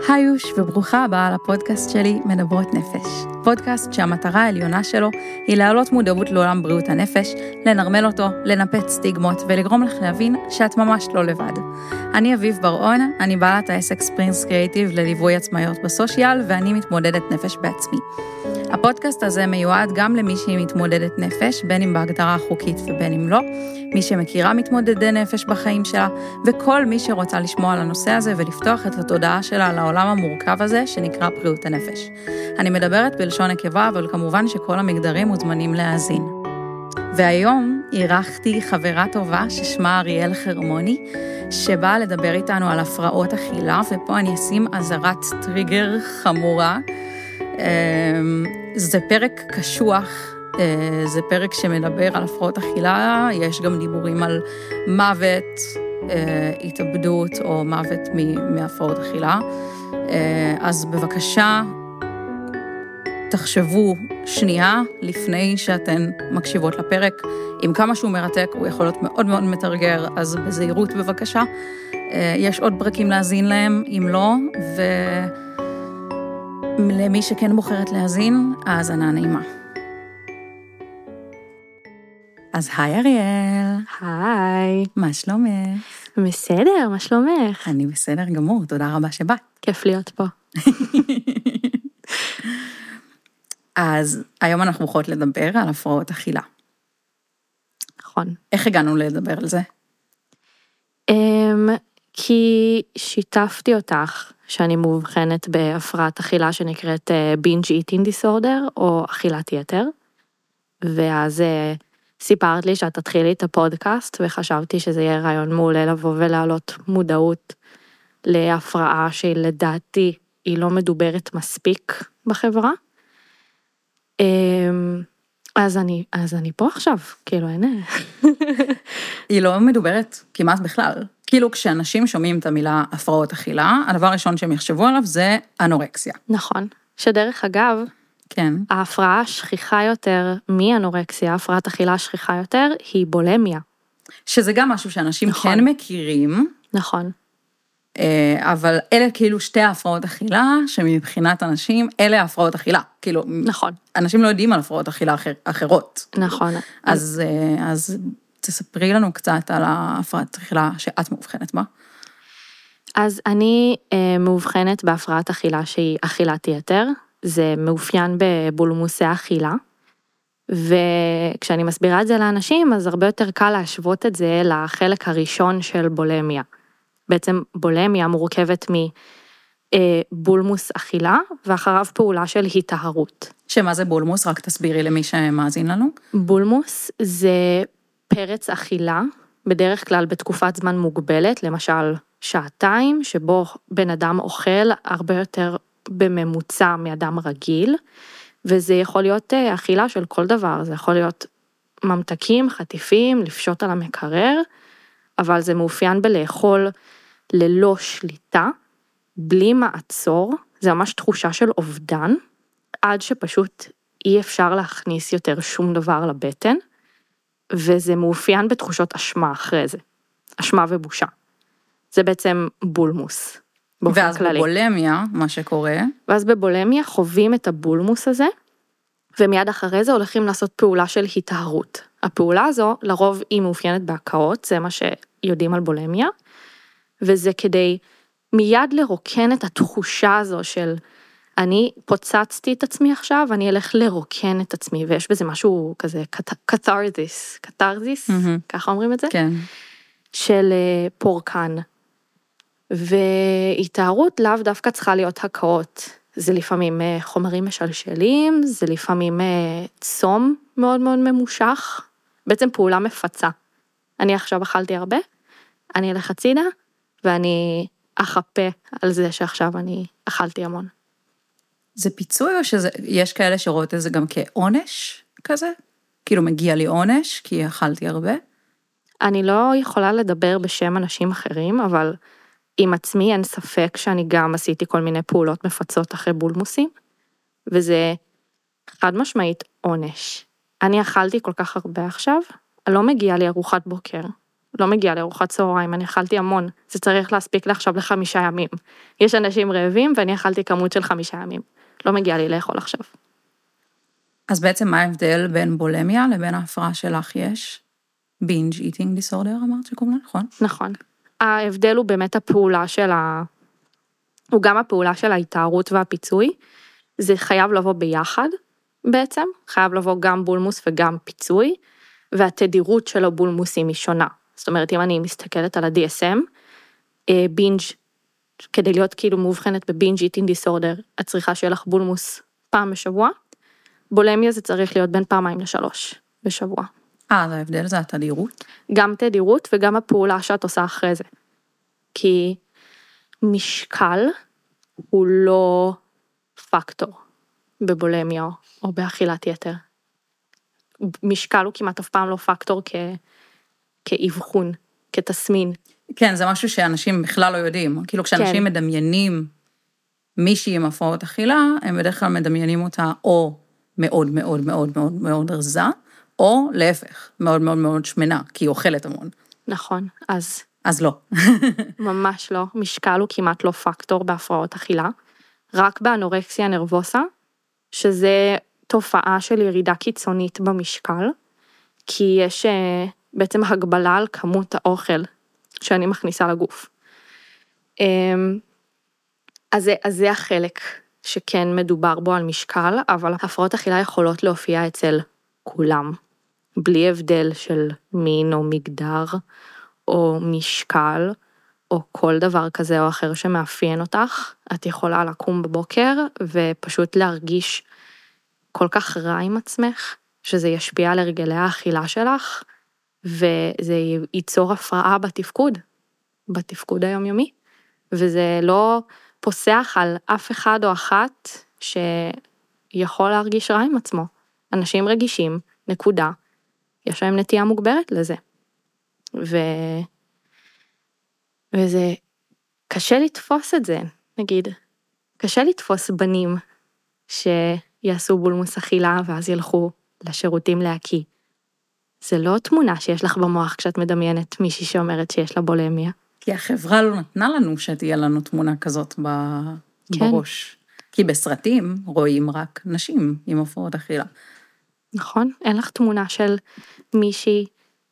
היוש וברוכה הבאה לפודקאסט שלי מדברות נפש. פודקאסט שהמטרה העליונה שלו היא להעלות מודעות לעולם בריאות הנפש, לנרמל אותו, לנפץ סטיגמות ולגרום לך להבין שאת ממש לא לבד. אני אביב בר-און, אני בעלת העסק ספרינגס קריאיטיב לליווי עצמאיות בסושיאל ואני מתמודדת נפש בעצמי. הפודקאסט הזה מיועד גם למי שהיא מתמודדת נפש, בין אם בהגדרה החוקית ובין אם לא, מי שמכירה מתמודדי נפש בחיים שלה, וכל מי שרוצה לשמוע על הנושא הזה ולפתוח את התודעה שלה לעולם המורכב הזה שנקרא בריאות הנפש. אני מדברת בלשון נקבה, אבל כמובן שכל המגדרים מוזמנים להאזין. והיום אירחתי חברה טובה ששמה אריאל חרמוני, שבאה לדבר איתנו על הפרעות אכילה, ופה אני אשים אזהרת טריגר חמורה. זה פרק קשוח, זה פרק שמדבר על הפרעות אכילה, יש גם דיבורים על מוות, התאבדות או מוות מהפרעות אכילה. אז בבקשה, תחשבו שנייה לפני שאתן מקשיבות לפרק. עם כמה שהוא מרתק, הוא יכול להיות מאוד מאוד מתרגר, אז בזהירות בבקשה. יש עוד פרקים להזין להם, אם לא, ולמי שכן בוחרת להזין, האזנה נעימה. אז היי אריאל. היי. מה שלומך? בסדר, מה שלומך? אני בסדר גמור, תודה רבה שבאת. כיף להיות פה. אז היום אנחנו הולכות לדבר על הפרעות אכילה. נכון. איך הגענו לדבר על זה? כי שיתפתי אותך שאני מאובחנת בהפרעת אכילה שנקראת binge eating disorder או אכילת יתר, ואז סיפרת לי שאת תתחילי את הפודקאסט, וחשבתי שזה יהיה רעיון מעולה לבוא ולהעלות מודעות להפרעה שלדעתי היא לא מדוברת מספיק בחברה. אז אני פה עכשיו, כאילו אין. היא לא מדוברת כמעט בכלל. כאילו כשאנשים שומעים את המילה הפרעות אכילה, הדבר הראשון שהם יחשבו עליו זה אנורקסיה. נכון. שדרך אגב, כן. ההפרעה השכיחה יותר מאנורקסיה, הפרעת אכילה השכיחה יותר, היא בולמיה. שזה גם משהו שאנשים נכון. כן מכירים. נכון. אבל אלה כאילו שתי ההפרעות אכילה, שמבחינת אנשים, אלה ההפרעות אכילה. כאילו, נכון. אנשים לא יודעים על הפרעות אכילה אחרות. נכון. אז תספרי לנו קצת על ההפרעת אכילה שאת מאובחנת בה. אז אני מאובחנת בהפרעת אכילה שהיא אכילת יתר, זה מאופיין בבולמוסי אכילה, וכשאני מסבירה את זה לאנשים, אז הרבה יותר קל להשוות את זה לחלק הראשון של בולמיה. בעצם בולמיה מורכבת מבולמוס אכילה, ואחריו פעולה של היטהרות. שמה זה בולמוס? רק תסבירי למי שמאזין לנו. בולמוס זה פרץ אכילה, בדרך כלל בתקופת זמן מוגבלת, למשל שעתיים, שבו בן אדם אוכל הרבה יותר בממוצע מאדם רגיל, וזה יכול להיות אכילה של כל דבר, זה יכול להיות ממתקים, חטיפים, לפשוט על המקרר, אבל זה מאופיין בלאכול ללא שליטה, בלי מעצור, זה ממש תחושה של אובדן, עד שפשוט אי אפשר להכניס יותר שום דבר לבטן, וזה מאופיין בתחושות אשמה אחרי זה, אשמה ובושה. זה בעצם בולמוס. ואז בבולמיה, מה שקורה. ואז בבולמיה חווים את הבולמוס הזה, ומיד אחרי זה הולכים לעשות פעולה של היטהרות. הפעולה הזו לרוב היא מאופיינת בהקאות, זה מה שיודעים על בולמיה, וזה כדי מיד לרוקן את התחושה הזו של אני פוצצתי את עצמי עכשיו, אני אלך לרוקן את עצמי, ויש בזה משהו כזה קתרזיס, ככה אומרים את זה? כן. של פורקן. והיטהרות לאו דווקא צריכה להיות הקאות, זה לפעמים חומרים משלשלים, זה לפעמים צום מאוד מאוד ממושך, בעצם פעולה מפצה. אני עכשיו אכלתי הרבה, אני אלך הצידה, ואני אחפה על זה שעכשיו אני אכלתי המון. זה פיצוי או שיש כאלה שרואות את זה גם כעונש כזה? כאילו מגיע לי עונש כי אכלתי הרבה? אני לא יכולה לדבר בשם אנשים אחרים, אבל עם עצמי אין ספק שאני גם עשיתי כל מיני פעולות מפצות אחרי בולמוסים, וזה חד משמעית עונש. אני אכלתי כל כך הרבה עכשיו, לא מגיע לי ארוחת בוקר, לא מגיע לארוחת צהריים, אני אכלתי המון, זה צריך להספיק לי עכשיו ל5 ימים. יש אנשים רעבים ואני אכלתי כמות של 5 ימים, לא מגיע לי לאכול עכשיו. אז בעצם מה ההבדל בין בולמיה לבין ההפרעה שלך יש? binge eating disorder אמרת שקוראים לה, נכון? נכון. ההבדל הוא באמת הפעולה הוא גם הפעולה של ההתארות והפיצוי, זה חייב לבוא ביחד בעצם, חייב לבוא גם בולמוס וגם פיצוי, והתדירות של הבולמוסים היא שונה. זאת אומרת, אם אני מסתכלת על ה-DSM, בינג' כדי להיות כאילו מאובחנת בבינג' איטינג דיסורדר, את צריכה שיהיה לך בולמוס פעם בשבוע, בולמיה זה צריך להיות בין 2-3 בשבוע. ההבדל זה התדירות? גם תדירות וגם הפעולה שאת עושה אחרי זה. כי משקל הוא לא פקטור בבולמיה או באכילת יתר. משקל הוא כמעט אף פעם לא פקטור כאבחון, כתסמין. כן, זה משהו שאנשים בכלל לא יודעים. כאילו כשאנשים מדמיינים מישהי עם הפרעות אכילה, הם בדרך כלל מדמיינים אותה או מאוד מאוד מאוד מאוד מאוד רזה, או להפך, מאוד מאוד מאוד שמנה, כי היא אוכלת המון. נכון, אז לא. ממש לא, משקל הוא כמעט לא פקטור בהפרעות אכילה, רק באנורקסיה נרבוסה, שזה תופעה של ירידה קיצונית במשקל, כי יש בעצם הגבלה על כמות האוכל שאני מכניסה לגוף. אז זה החלק שכן מדובר בו על משקל, אבל הפרעות אכילה יכולות להופיע אצל כולם, בלי הבדל של מין או מגדר, או משקל, או כל דבר כזה או אחר שמאפיין אותך. את יכולה לקום בבוקר ופשוט להרגיש כל כך רע עם עצמך, שזה ישפיע על הרגלי האכילה שלך, וזה ייצור הפרעה בתפקוד היומיומי, וזה לא פוסח על אף אחד או אחת שיכול להרגיש רע עם עצמו. אנשים רגישים, נקודה, יש להם נטייה מוגברת לזה. וזה קשה לתפוס את זה, נגיד, קשה לתפוס בנים שיעשו בולמוס אכילה ואז ילכו לשירותים להקיא. זה לא תמונה שיש לך במוח כשאת מדמיינת מישהי שאומרת שיש לה בולמיה. כי החברה לא נתנה לנו שתהיה לנו תמונה כזאת בראש. כי בסרטים רואים רק נשים עם הפרעות אכילה. נכון, אין לך תמונה של מישהי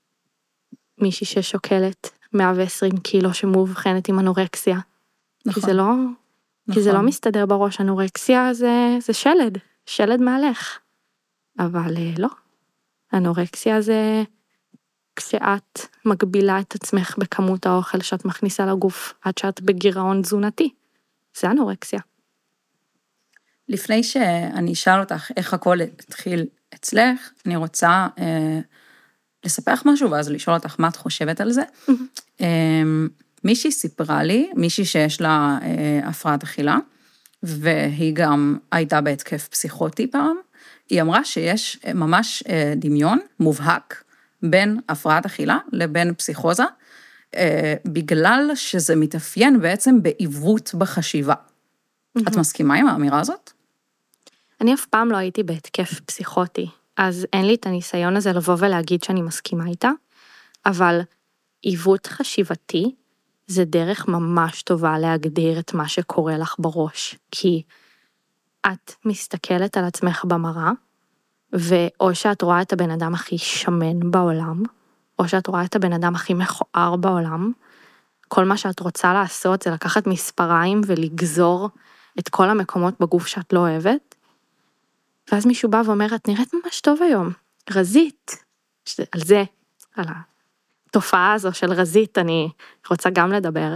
ששוקלת 120 קילו שמאובחנת עם אנורקסיה. נכון. כי זה לא מסתדר בראש, אנורקסיה זה שלד מהלך. אבל לא, אנורקסיה זה כשאת מגבילה את עצמך בכמות האוכל שאת מכניסה לגוף, עד שאת בגירעון תזונתי. זה אנורקסיה. לפני שאני אשאל אותך איך הכל התחיל אצלך, אני רוצה לספר לך משהו, ואז לשאול אותך מה את חושבת על זה. מישהי סיפרה לי, מישהי שיש לה הפרעת אכילה, והיא גם הייתה בהתקף פסיכוטי פעם, היא אמרה שיש ממש דמיון מובהק בין הפרעת אכילה לבין פסיכוזה, בגלל שזה מתאפיין בעצם בעיוות בחשיבה. את מסכימה עם האמירה הזאת? אני אף פעם לא הייתי בהתקף פסיכוטי, אז אין לי את הניסיון הזה לבוא ולהגיד שאני מסכימה איתה, אבל עיוות חשיבתי זה דרך ממש טובה להגדיר את מה שקורה לך בראש, כי את מסתכלת על עצמך במראה, ואו שאת רואה את הבן אדם הכי שמן בעולם, או שאת רואה את הבן אדם הכי מכוער בעולם, כל מה שאת רוצה לעשות זה לקחת מספריים ולגזור את כל המקומות בגוף שאת לא אוהבת, ואז מישהו בא ואומר, את נראית ממש טוב היום, רזית, על התופעה הזו של רזית אני רוצה גם לדבר,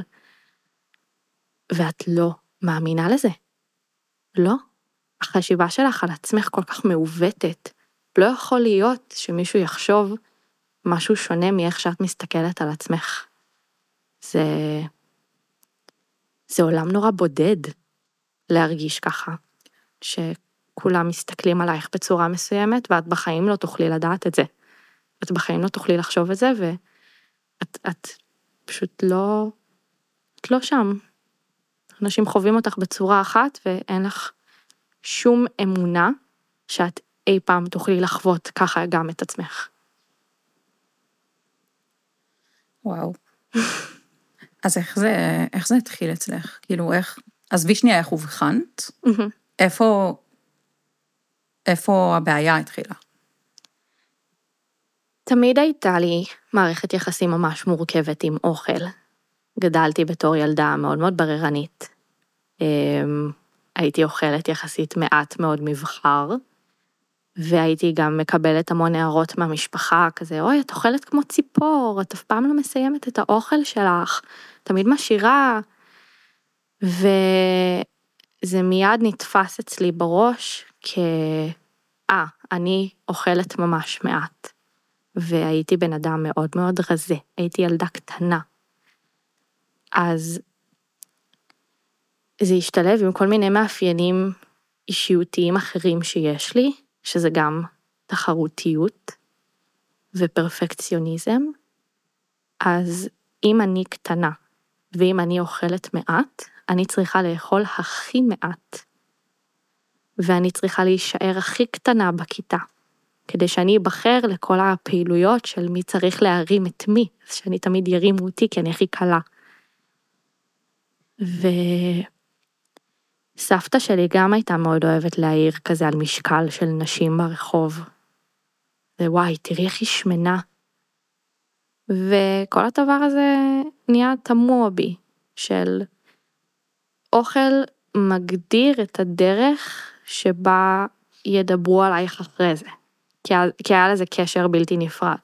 ואת לא מאמינה לזה. לא. החשיבה שלך על עצמך כל כך מעוותת, לא יכול להיות שמישהו יחשוב משהו שונה מאיך שאת מסתכלת על עצמך. זה עולם נורא בודד להרגיש ככה, שכולם מסתכלים עלייך בצורה מסוימת, ואת בחיים לא תוכלי לדעת את זה. את בחיים לא תוכלי לחשוב את זה, ואת פשוט לא שם. אנשים חווים אותך בצורה אחת, ואין לך שום אמונה שאת אי פעם תוכלי לחוות ככה גם את עצמך. וואו. אז איך זה התחיל אצלך? כאילו עזבי שנייה איך הובחנת, איפה הבעיה התחילה? תמיד הייתה לי מערכת יחסים ממש מורכבת עם אוכל. גדלתי בתור ילדה מאוד מאוד בררנית. הייתי אוכלת יחסית מעט מאוד מבחר, והייתי גם מקבלת המון הערות מהמשפחה, כזה, אוי, את אוכלת כמו ציפור, את אף פעם לא מסיימת את האוכל שלך, תמיד משאירה, וזה מיד נתפס אצלי בראש, אני אוכלת ממש מעט, והייתי בן אדם מאוד מאוד רזה, הייתי ילדה קטנה, אז זה השתלב עם כל מיני מאפיינים אישיותיים אחרים שיש לי, שזה גם תחרותיות ופרפקציוניזם, אז אם אני קטנה ואם אני אוכלת מעט, אני צריכה לאכול הכי מעט, ואני צריכה להישאר הכי קטנה בכיתה, כדי שאני אבחר לכל הפעילויות של מי צריך להרים את מי, אז שאני תמיד ירימו אותי כי אני הכי קלה. וסבתא שלי גם הייתה מאוד אוהבת להעיר כזה על משקל של נשים ברחוב. ווואי, תראי איך היא שמנה. וכל הדבר הזה נהיה תמוה בי, של אוכל מגדיר את הדרך שבה ידברו עלייך אחרי זה. כי היה לזה קשר בלתי נפרד.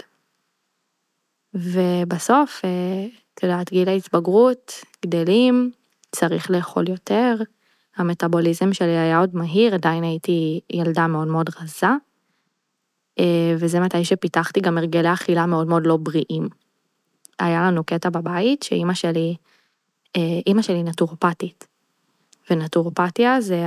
ובסוף, את יודעת, גיל ההתבגרות, גדלים, צריך לאכול יותר, המטאבוליזם שלי היה עוד מהיר, עדיין הייתי ילדה מאוד מאוד רזה, וזה מתי שפיתחתי גם הרגלי אכילה מאוד מאוד לא בריאים. היה לנו קטע בבית שאמא שלי נטורופטית, ונטורופתיה זה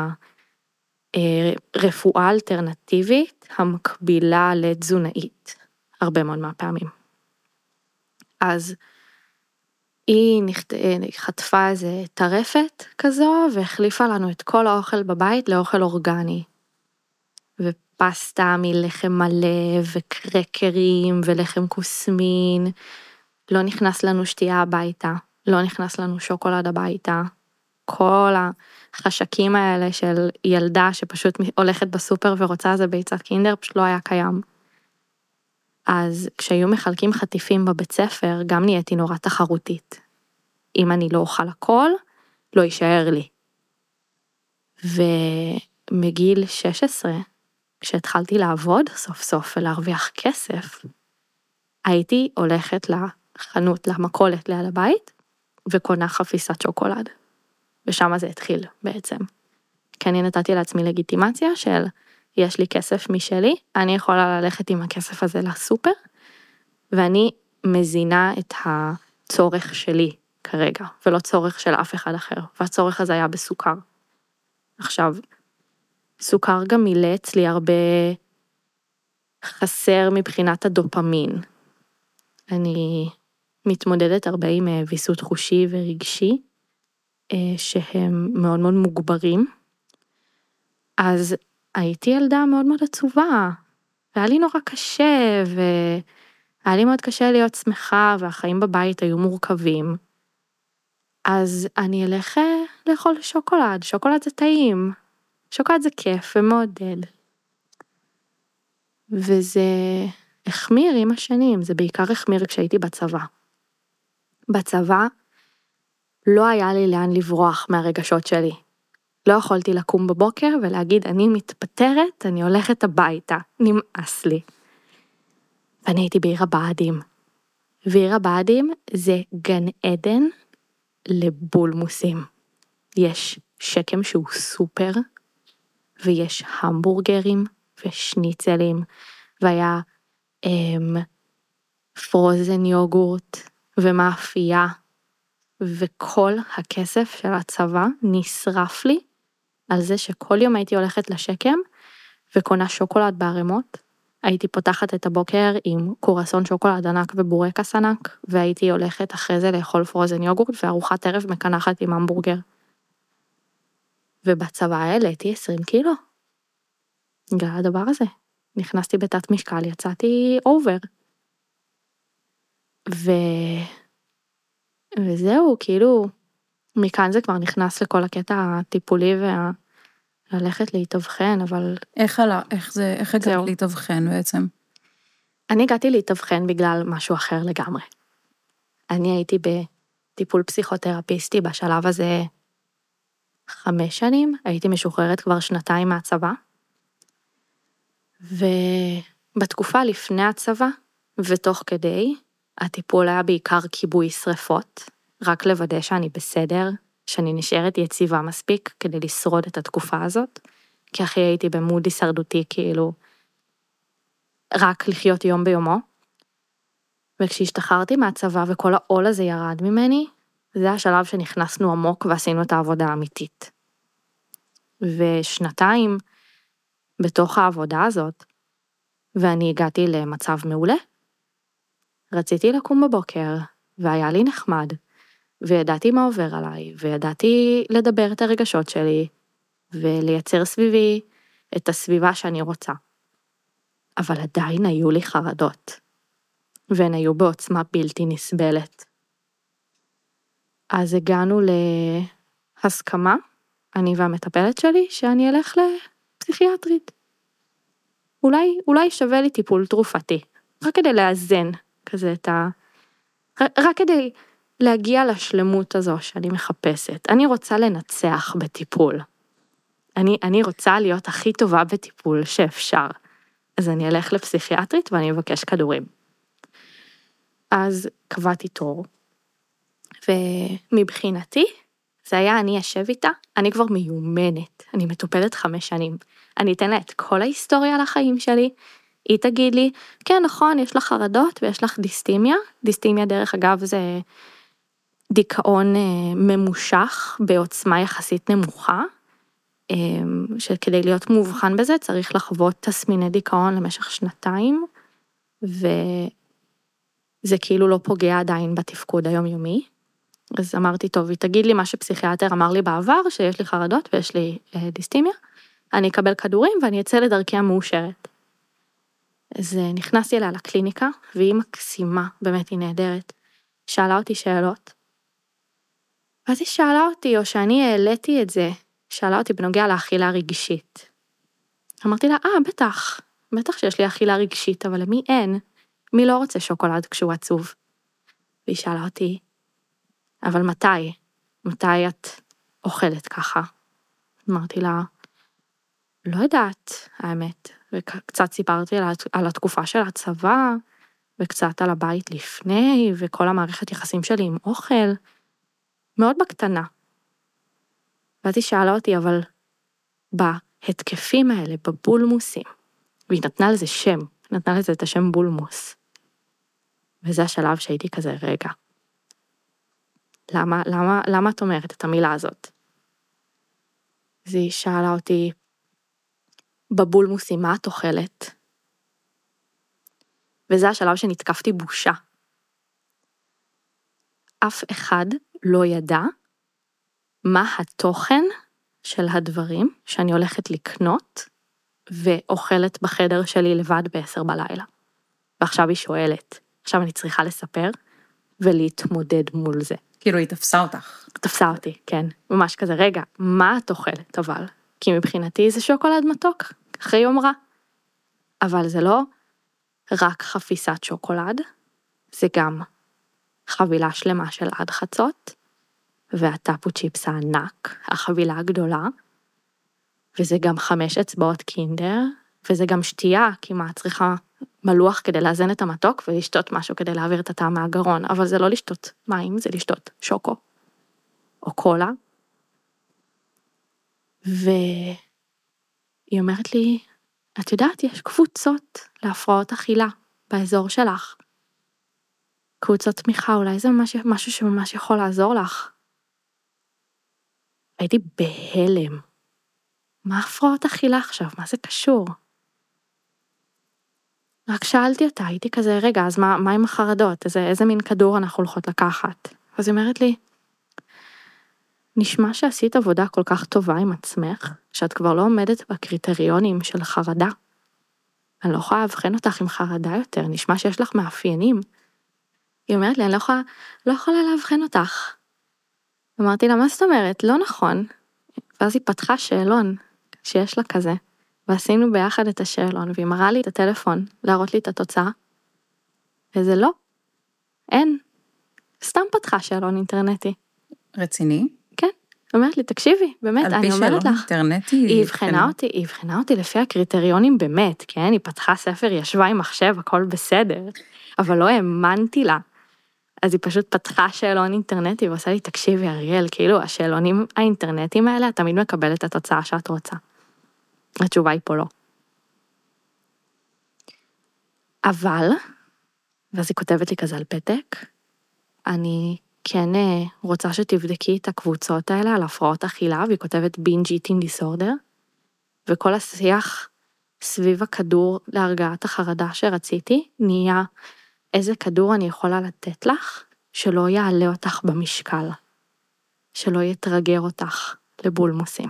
הרפואה אלטרנטיבית המקבילה לתזונאית, הרבה מאוד מהפעמים. אז היא חטפה איזה טרפת כזו, והחליפה לנו את כל האוכל בבית לאוכל אורגני. ופסטה מלחם מלא, וקרקרים, ולחם קוסמין. לא נכנס לנו שתייה הביתה, לא נכנס לנו שוקולד הביתה. כל החשקים האלה של ילדה שפשוט הולכת בסופר ורוצה איזה ביצת קינדר, פשוט לא היה קיים. אז כשהיו מחלקים חטיפים בבית ספר, גם נהייתי נורא תחרותית. אם אני לא אוכל הכל, לא יישאר לי. ומגיל 16, כשהתחלתי לעבוד סוף סוף ולהרוויח כסף, הייתי הולכת לחנות, למכולת ליד הבית, וקונה חפיסת שוקולד. ושם זה התחיל בעצם. כי אני נתתי לעצמי לגיטימציה של יש לי כסף משלי, אני יכולה ללכת עם הכסף הזה לסופר, ואני מזינה את הצורך שלי כרגע, ולא צורך של אף אחד אחר, והצורך הזה היה בסוכר. עכשיו, סוכר גם מילא אצלי הרבה חסר מבחינת הדופמין. אני מתמודדת הרבה עם ויסות חושי ורגשי, שהם מאוד מאוד מוגברים, אז הייתי ילדה מאוד מאוד עצובה, והיה לי נורא קשה, והיה לי מאוד קשה להיות שמחה, והחיים בבית היו מורכבים, אז אני אלך לאכול שוקולד, שוקולד זה טעים, שוקולד זה כיף ומעודד, וזה החמיר עם השנים, זה בעיקר החמיר כשהייתי בצבא. בצבא לא היה לי לאן לברוח מהרגשות שלי. לא יכולתי לקום בבוקר ולהגיד, אני מתפטרת, אני הולכת הביתה, נמאס לי. ואני הייתי בעיר הבה"דים. ועיר הבה"דים זה גן עדן לבולמוסים. יש שקם שהוא סופר, ויש המבורגרים ושניצלים, והיה פרוזן יוגורט ומאפייה, וכל הכסף של הצבא נשרף לי על זה שכל יום הייתי הולכת לשקם וקונה שוקולד בערימות. הייתי פותחת את הבוקר עם קורסון שוקולד ענק ובורקס ענק, והייתי הולכת אחרי זה לאכול פרוזן יוגורט וארוחת ערב מקנחת עם המבורגר. ובצבא העליתי 20 קילו. בגלל הדבר הזה. נכנסתי בתת משקל, יצאתי אובר. וזהו, כאילו, מכאן זה כבר נכנס לכל הקטע הטיפולי ללכת להתאבחן, אבל איך הגעת להתאבחן בעצם? אני הגעתי להתאבחן בגלל משהו אחר לגמרי. אני הייתי בטיפול פסיכותרפיסטי בשלב הזה 5 שנים, הייתי משוחררת כבר 2 מהצבא, ובתקופה לפני הצבא, ותוך כדי, הטיפול היה בעיקר כיבוי שריפות, רק לוודא שאני בסדר, שאני נשארת יציבה מספיק כדי לשרוד את התקופה הזאת, כי אחי הייתי במוד הישרדותי כאילו, רק לחיות יום ביומו, וכשהשתחררתי מהצבא וכל העול הזה ירד ממני, זה השלב שנכנסנו עמוק ועשינו את העבודה האמיתית. 2 בתוך העבודה הזאת, ואני הגעתי למצב מעולה. רציתי לקום בבוקר, והיה לי נחמד, וידעתי מה עובר עליי, וידעתי לדבר את הרגשות שלי, ולייצר סביבי את הסביבה שאני רוצה. אבל עדיין היו לי חרדות, והן היו בעוצמה בלתי נסבלת. אז הגענו להסכמה, אני והמטפלת שלי, שאני אלך לפסיכיאטרית. אולי שווה לי טיפול תרופתי, רק כדי לאזן כזה רק כדי להגיע לשלמות הזו שאני מחפשת. אני רוצה לנצח בטיפול. אני רוצה להיות הכי טובה בטיפול שאפשר. אז אני אלך לפסיכיאטרית ואני אבקש כדורים. אז קבעתי תור, ומבחינתי, זה היה אני אשב איתה, אני כבר מיומנת, אני מטופלת 5 שנים, אני אתן לה את כל ההיסטוריה על החיים שלי, היא תגיד לי, כן נכון, יש לך חרדות ויש לך דיסטימיה, דיסטימיה דרך אגב זה דיכאון ממושך בעוצמה יחסית נמוכה, שכדי להיות מובחן בזה צריך לחוות תסמיני דיכאון למשך 2, וזה כאילו לא פוגע עדיין בתפקוד היומיומי, אז אמרתי טוב, היא תגיד לי מה שפסיכיאטר אמר לי בעבר, שיש לי חרדות ויש לי דיסטימיה, אני אקבל כדורים ואני אצא לדרכי המאושרת. אז נכנסתי אליה לקליניקה, והיא מקסימה, באמת היא נהדרת, שאלה אותי שאלות, ואז היא שאלה אותי, או שאני העליתי את זה, שאלה אותי בנוגע לאכילה רגשית. אמרתי לה, בטח שיש לי אכילה רגשית, אבל למי אין? מי לא רוצה שוקולד כשהוא עצוב? והיא שאלה אותי, אבל מתי את אוכלת ככה? אמרתי לה, לא יודעת, האמת, וקצת סיפרתי על התקופה של הצבא, וקצת על הבית לפני, וכל המערכת יחסים שלי עם אוכל, מאוד בקטנה. ואז היא שאלה אותי, אבל בהתקפים האלה, בבולמוסים, והיא נתנה לזה שם, נתנה לזה את השם בולמוס. וזה השלב שהייתי כזה, רגע, למה את אומרת את המילה הזאת? אז היא שאלה אותי, בבולמוסים, מה את אוכלת? וזה השלב שנתקפתי בושה. אף אחד לא ידע מה התוכן של הדברים שאני הולכת לקנות ואוכלת בחדר שלי לבד ב10 בלילה. ועכשיו היא שואלת, עכשיו אני צריכה לספר ולהתמודד מול זה. כאילו היא תפסה אותך. תפסה אותי, כן. ממש כזה, רגע, מה את אוכלת אבל? כי מבחינתי זה שוקולד מתוק, אחרי יום רע. אבל זה לא רק חפיסת שוקולד, זה גם חבילה שלמה של עד חצות, והטאפו צ'יפס הענק, החבילה הגדולה, וזה גם 5 אצבעות קינדר, וזה גם שתייה, כי מה צריכה מלוח כדי לאזן את המתוק, ולשתות משהו כדי להעביר את הטעם מהגרון, אבל זה לא לשתות מים, זה לשתות שוקו, או קולה. והיא אומרת לי, את יודעת, יש קבוצות להפרעות אכילה באזור שלך. קבוצות תמיכה, אולי זה משהו שממש יכול לעזור לך. הייתי בהלם. מה הפרעות אכילה עכשיו? מה זה קשור? רק שאלתי אותה, הייתי כזה, רגע, אז מה עם החרדות? איזה מין כדור אנחנו הולכות לקחת? אז היא אומרת לי, נשמע שעשית עבודה כל כך טובה עם עצמך, שאת כבר לא עומדת בקריטריונים של חרדה. אני לא יכולה להבחן אותך עם חרדה יותר, נשמע שיש לך מאפיינים. היא אומרת לי, אני לא יכולה להבחן אותך. אמרתי לה, מה זאת אומרת? לא נכון. ואז היא פתחה שאלון שיש לה כזה, ועשינו ביחד את השאלון, והיא מראה לי את הטלפון, להראות לי את התוצאה, וזה לא, אין. סתם פתחה שאלון אינטרנטי. רציני? כן. היא אומרת לי, תקשיבי, באמת, אני אומרת על פי שאלון לך. אינטרנטי? היא הבחנה אותי לפי הקריטריונים באמת, כן? היא פתחה ספר, ישבה עם מחשב, הכל בסדר, אבל לא האמנתי לה. אז היא פשוט פתחה שאלון אינטרנטי ועושה לי, תקשיבי אריאל, כאילו השאלונים האינטרנטיים האלה, את תמיד מקבלת את התוצאה שאת רוצה. התשובה היא פה לא. אבל, ואז היא כותבת לי כזה על פתק, אני כן רוצה שתבדקי את הקבוצות האלה על הפרעות אכילה, והיא כותבת binge eating disorder, וכל השיח סביב הכדור להרגעת החרדה שרציתי, נהיה איזה כדור אני יכולה לתת לך, שלא יעלה אותך במשקל, שלא יתרגר אותך לבולמוסים.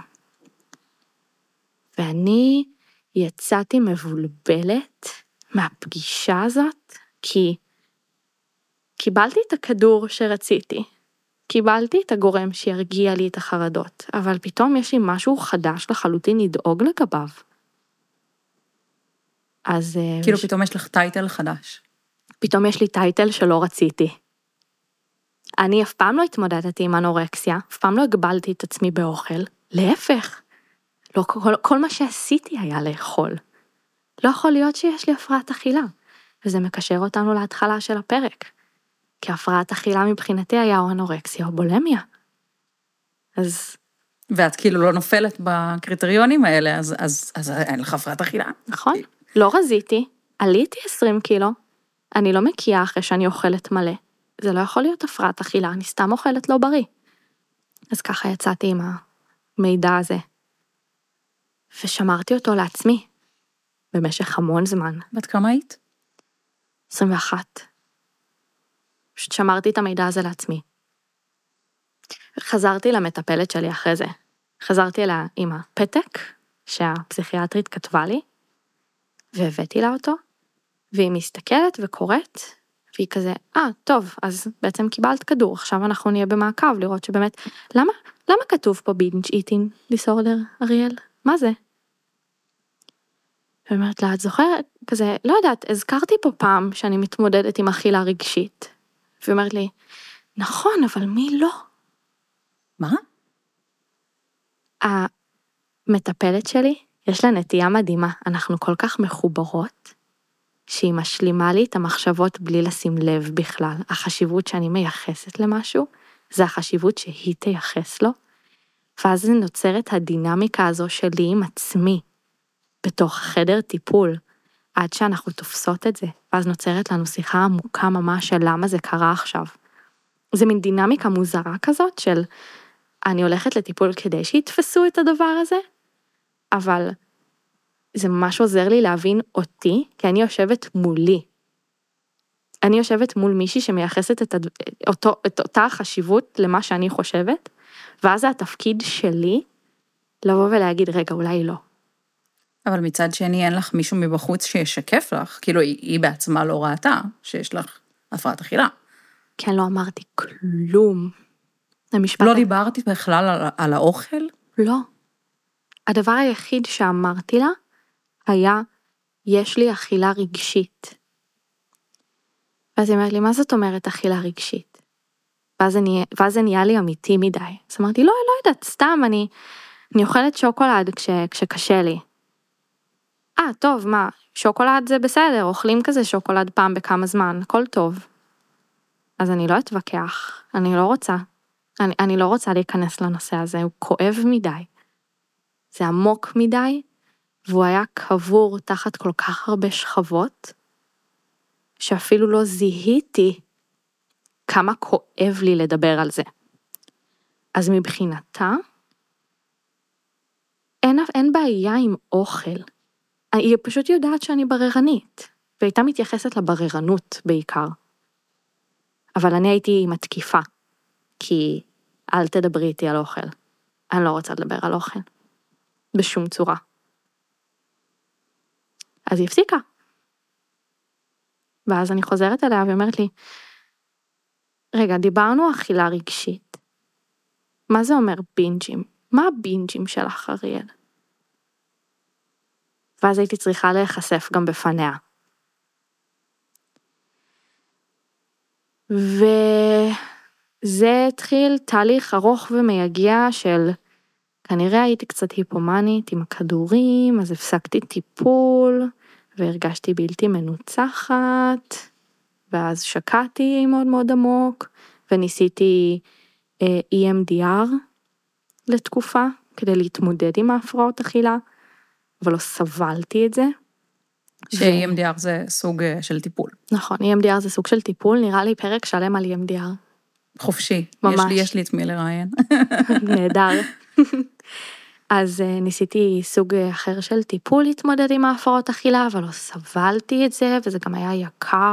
ואני יצאתי מבולבלת מהפגישה הזאת, כי קיבלתי את הכדור שרציתי, קיבלתי את הגורם שירגיע לי את החרדות, אבל פתאום יש לי משהו חדש לחלוטין לדאוג לגביו. אז כאילו פתאום יש לך טייטל חדש. פתאום יש לי טייטל שלא רציתי. אני אף פעם לא התמודדתי עם אנורקסיה, אף פעם לא הגבלתי את עצמי באוכל, להפך. לא, כל מה שעשיתי היה לאכול. לא יכול להיות שיש לי הפרעת אכילה, וזה מקשר אותנו להתחלה של הפרק. כי הפרעת אכילה מבחינתי היה או אנורקסיה או בולמיה. אז... ואת כאילו לא נופלת בקריטריונים האלה, אז אין לך הפרעת אכילה. נכון, לא רזיתי, עליתי 20 קילו, אני לא מקיאה אחרי שאני אוכלת מלא. זה לא יכול להיות הפרעת אכילה, אני סתם אוכלת לא בריא. אז ככה יצאתי עם המידע הזה. ושמרתי אותו לעצמי, במשך המון זמן. בת כמה היית? 21. פשוט שמרתי את המידע הזה לעצמי. חזרתי למטפלת שלי אחרי זה. חזרתי אליה עם הפתק שהפסיכיאטרית כתבה לי, והבאתי לה אותו, והיא מסתכלת וקוראת, והיא כזה, טוב, אז בעצם קיבלת כדור, עכשיו אנחנו נהיה במעקב לראות שבאמת, למה כתוב פה binge eating disorder, אריאל? מה זה? ואומרת לה, את זוכרת? כזה, לא יודעת, הזכרתי פה פעם שאני מתמודדת עם אכילה רגשית. ואומרת לי, נכון, אבל מי לא? מה? המטפלת שלי, יש לה נטייה מדהימה, אנחנו כל כך מחוברות, שהיא משלימה לי את המחשבות בלי לשים לב בכלל. החשיבות שאני מייחסת למשהו, זה החשיבות שהיא תייחס לו, ואז זה נוצרת הדינמיקה הזו שלי עם עצמי, בתוך חדר טיפול, עד שאנחנו תופסות את זה, ואז נוצרת לנו שיחה עמוקה ממש של למה זה קרה עכשיו. זה מין דינמיקה מוזרה כזאת של, אני הולכת לטיפול כדי שיתפסו את הדבר הזה, אבל זה ממש עוזר לי להבין אותי, כי אני יושבת מולי. אני יושבת מול מישהי שמייחסת את אותה החשיבות למה שאני חושבת, ואז זה התפקיד שלי לבוא ולהגיד, רגע, אולי לא. אבל מצד שני אין לך מישהו מבחוץ שישקף לך, כאילו היא בעצמה לא ראתה שיש לך הפרעת אכילה. כן, לא אמרתי כלום. לא דיברתי בכלל על האוכל? לא. הדבר היחיד שאמרתי לה היה, יש לי אכילה רגשית. ואז היא אומרת לי, מה זאת אומרת אכילה רגשית? ואז זה נהיה לי אמיתי מדי. אז אמרתי, לא יודעת, סתם, אני אוכלת שוקולד כשקשה לי. טוב, מה, שוקולד זה בסדר, אוכלים כזה שוקולד פעם בכמה זמן, הכל טוב. אז אני לא אתווכח, אני לא רוצה. אני לא רוצה להיכנס לנושא הזה, הוא כואב מדי. זה עמוק מדי, והוא היה קבור תחת כל כך הרבה שכבות, שאפילו לא זיהיתי כמה כואב לי לדבר על זה. אז מבחינתה, אין בעיה עם אוכל. היא פשוט יודעת שאני בררנית, והייתה מתייחסת לבררנות בעיקר. אבל אני הייתי עם התקיפה, כי אל תדברי איתי על אוכל. אני לא רוצה לדבר על אוכל. בשום צורה. אז היא הפסיקה. ואז אני חוזרת אליה ואומרת לי, רגע, דיברנו אכילה רגשית. מה זה אומר בינג'ים? מה הבינג'ים שלך, אריאל? ואז הייתי צריכה להיחשף גם בפניה. וזה התחיל תהליך ארוך ומייגע של, כנראה הייתי קצת היפומנית עם הכדורים, אז הפסקתי טיפול, והרגשתי בלתי מנוצחת, ואז שקעתי מאוד מאוד עמוק, וניסיתי EMDR לתקופה, כדי להתמודד עם ההפרעות אכילה, אבל לא סבלתי את זה. ש-EMDR זה סוג של טיפול. נכון, EMDR זה סוג של טיפול, נראה לי פרק שלם על EMDR. חופשי, ממש. יש לי את מי לראיין. נהדר. אז ניסיתי סוג אחר של טיפול להתמודד עם ההפרעות אכילה, אבל לא סבלתי את זה, וזה גם היה יקר.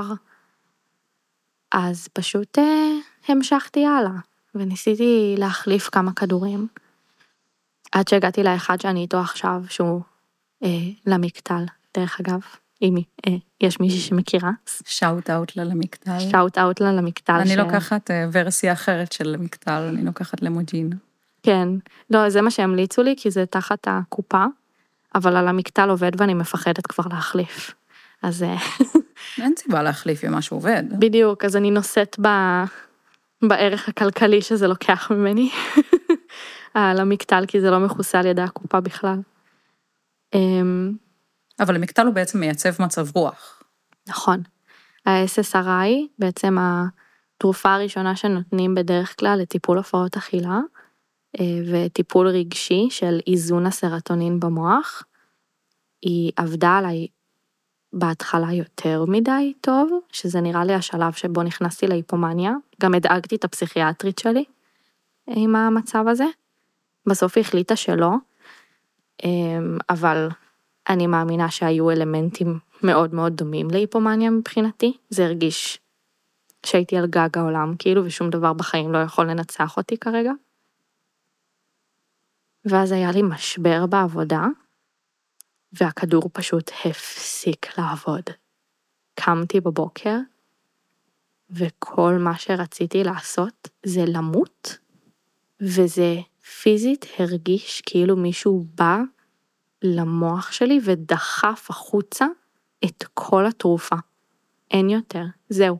אז פשוט המשכתי הלאה, וניסיתי להחליף כמה כדורים. עד שהגעתי לאחד שאני איתו עכשיו, שהוא למקטל, דרך אגב, אם יש מישהי שמכירה. שאוט אאוט למקטל. שאוט אאוט למקטל. אני לוקחת ורסיה אחרת של מקטל, אני לוקחת למוג'ין. כן, לא, זה מה שהמליצו לי, כי זה תחת הקופה, אבל על המקטל עובד ואני מפחדת כבר להחליף. אז אין סיבה להחליף עם מה שעובד. בדיוק, אז אני נושאת בערך הכלכלי שזה לוקח ממני, על המקטל, כי זה לא מכוסה על ידי הקופה בכלל. אבל המקטל הוא בעצם מייצב מצב רוח. נכון. ה-SSRI, בעצם התרופה הראשונה שנותנים בדרך כלל לטיפול הפרעות אכילה, וטיפול רגשי של איזון הסרטונין במוח, היא עבדה עליי בהתחלה יותר מדי טוב, שזה נראה לי השלב שבו נכנסתי להיפומניה, גם הדאגתי את הפסיכיאטרית שלי עם המצב הזה, בסוף היא החליטה שלא, אבל אני מאמינה שהיו אלמנטים מאוד מאוד דומים להיפומניה מבחינתי, זה הרגיש שהייתי על גג העולם, כאילו, ושום דבר בחיים לא יכול לנצח אותי כרגע. ואז היה לי משבר בעבודה, והכדור פשוט הפסיק לעבוד. קמתי בבוקר, וכל מה שרציתי לעשות זה למות, וזה פיזית הרגיש כאילו מישהו בא למוח שלי ודחף החוצה את כל התרופה. אין יותר, זהו.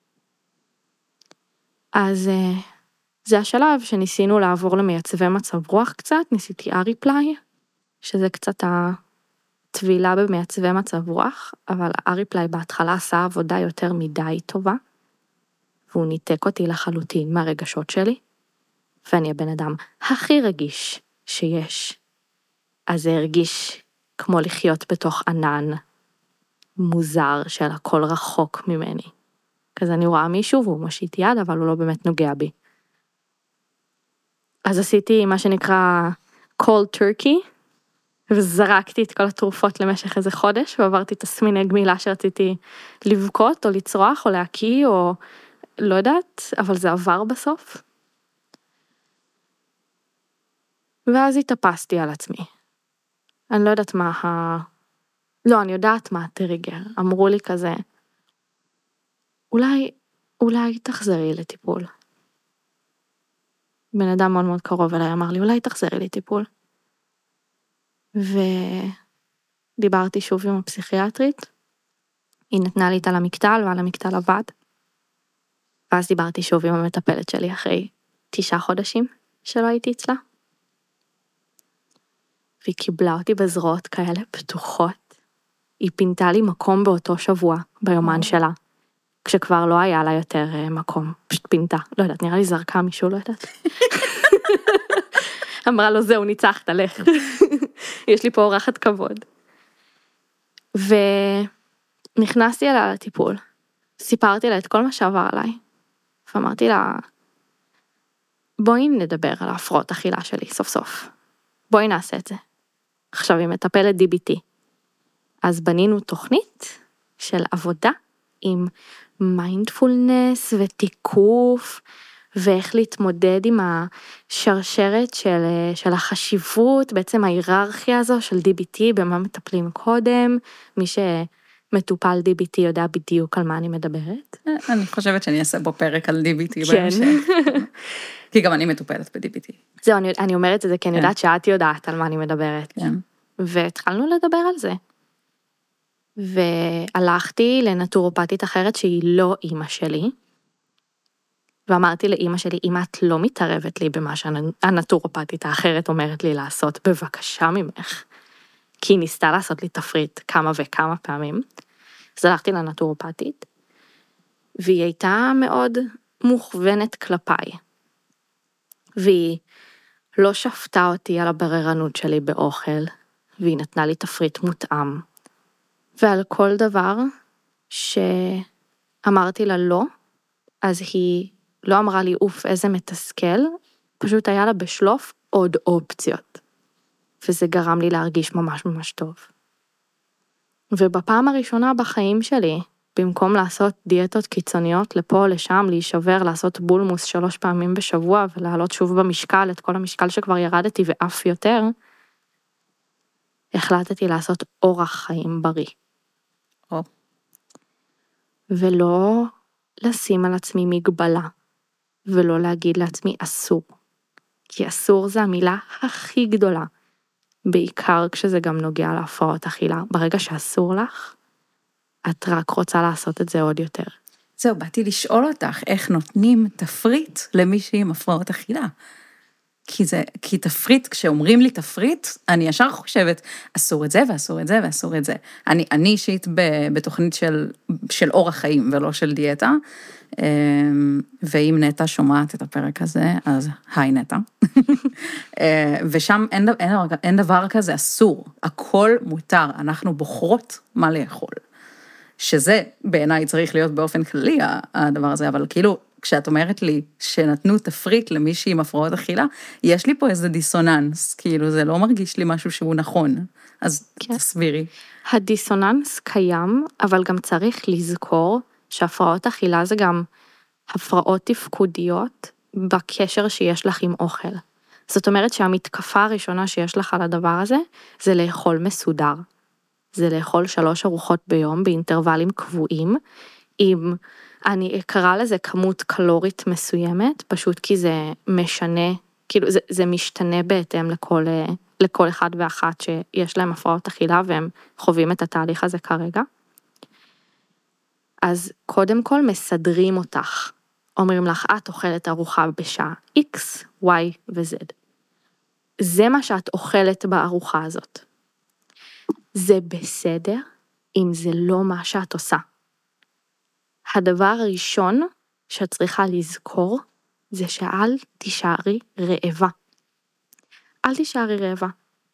אז זה השלב שניסינו לעבור למייצבי מצב רוח קצת, ניסיתי אריפליי, שזה קצת הטבילה במייצבי מצב רוח, אבל אריפליי בהתחלה עשה עבודה יותר מדי טובה, והוא ניתק אותי לחלוטין מהרגשות שלי, ואני הבן אדם הכי רגיש שיש. אז זה הרגיש כמו לחיות בתוך ענן מוזר של הכל רחוק ממני. כזה אני רואה מישהו והוא מושיט יד, אבל הוא לא באמת נוגע בי. אז עשיתי מה שנקרא cold turkey, וזרקתי את כל התרופות למשך איזה חודש, ועברתי תסמיני גמילה שרציתי לבכות, או לצרוח, או להקיא, או לא יודעת, אבל זה עבר בסוף. ואז התאפסתי על עצמי. אני לא יודעת לא, אני יודעת מה הטריגר. אמרו לי כזה, אולי תחזרי לטיפול. בן אדם מאוד מאוד קרוב אליי אמר לי, אולי תחזרי לטיפול. ודיברתי שוב עם הפסיכיאטרית, היא נתנה לי את על המקטל, ועל המקטל עבד. ואז דיברתי שוב עם המטפלת שלי אחרי 9 חודשים שלא הייתי אצלה. והיא קיבלה אותי בזרועות כאלה פתוחות. היא פינתה לי מקום באותו שבוע, ביומן שלה. כשכבר לא היה לה יותר מקום, פשוט פינתה, לא יודעת, נראה לי זרקה מישהו, לא יודעת. אמרה לו, זהו, ניצחת, לך. יש לי פה אורחת כבוד. ונכנסתי אליה לטיפול, סיפרתי לה את כל מה שעבר עליי, ואמרתי לה, בואי נדבר על ההפרעות אכילה שלי, סוף סוף. בואי נעשה את זה. עכשיו היא מטפלת DBT. אז בנינו תוכנית של עבודה, עם מיינדפולנס ותיקוף, ואיך להתמודד עם השרשרת של החשיבות, בעצם ההיררכיה הזו של DBT, במה מטפלים קודם, מי מטופל DBT יודע בדיוק על מה אני מדברת. אני חושבת שאני אעשה בו פרק על DBT כן. בהמשך. כי גם אני מטופלת ב-DBT. זהו, אני אומרת את זה, כי אני כן. יודעת שאת יודעת על מה אני מדברת. כן. והתחלנו לדבר על זה. והלכתי לנטורופטית אחרת שהיא לא אימא שלי, ואמרתי לאימא שלי, אם את לא מתערבת לי במה שהנטורופטית האחרת אומרת לי לעשות, בבקשה ממך. כי היא ניסתה לעשות לי תפריט כמה וכמה פעמים. אז הלכתי לנטורופטית, והיא הייתה מאוד מוכוונת כלפיי. והיא לא שפטה אותי על הבררנות שלי באוכל, והיא נתנה לי תפריט מותאם. ועל כל דבר שאמרתי לה לא, אז היא לא אמרה לי אוף איזה מתסכל, פשוט היה לה בשלוף עוד אופציות. וזה גרם לי להרגיש ממש ממש טוב. ובפעם הראשונה בחיים שלי, במקום לעשות דיאטות קיצוניות לפה או לשם, להישבר, לעשות בולמוס 3 פעמים בשבוע, ולעלות שוב במשקל את כל המשקל שכבר ירדתי ואף יותר, החלטתי לעשות אורח חיים בריא. או. ולא לשים על עצמי מגבלה, ולא להגיד לעצמי אסור. כי אסור זה המילה הכי גדולה, בעיקר כשזה גם נוגע להפרעות אכילה. ברגע שאסור לך, את רק רוצה לעשות את זה עוד יותר. זהו, באתי לשאול אותך, איך נותנים תפריט למישהי עם הפרעות אכילה? כי תפריט, כשאומרים לי תפריט, אני ישר חושבת, אסור את זה, ואסור את זה, ואסור את זה. אני אישית בתוכנית של אורח חיים, ולא של דיאטה, ואם נטע שומעת את הפרק הזה, אז היי נטע. ושם אין דבר כזה אסור, הכל מותר, אנחנו בוחרות מה לאכול. שזה בעיניי צריך להיות באופן כללי הדבר הזה, אבל כאילו, כשאת אומרת לי שנתנו תפריט למישהי עם הפרעות אכילה, יש לי פה איזה דיסוננס, כאילו זה לא מרגיש לי משהו שהוא נכון, אז כן. תסבירי. הדיסוננס קיים, אבל גם צריך לזכור שהפרעות אכילה זה גם הפרעות תפקודיות בקשר שיש לך עם אוכל. זאת אומרת שהמתקפה הראשונה שיש לך על הדבר הזה, זה לאכול מסודר. זה לאכול 3 ארוחות ביום באינטרוולים קבועים, עם, אני אקרא לזה כמות קלורית מסוימת, פשוט כי זה משנה, כאילו זה משתנה בהתאם לכל אחד ואחת שיש להם הפרעות אכילה, והם חווים את התהליך הזה כרגע. אז קודם כל מסדרים אותך, אומרים לך, את אוכלת ארוחה בשעה X, Y ו-Z. זה מה שאת אוכלת בארוחה הזאת. זה בסדר אם זה לא מה שאת עושה. הדבר הראשון שאת צריכה לזכור, זה שאל תישארי רעבה. אל תישארי רעבה.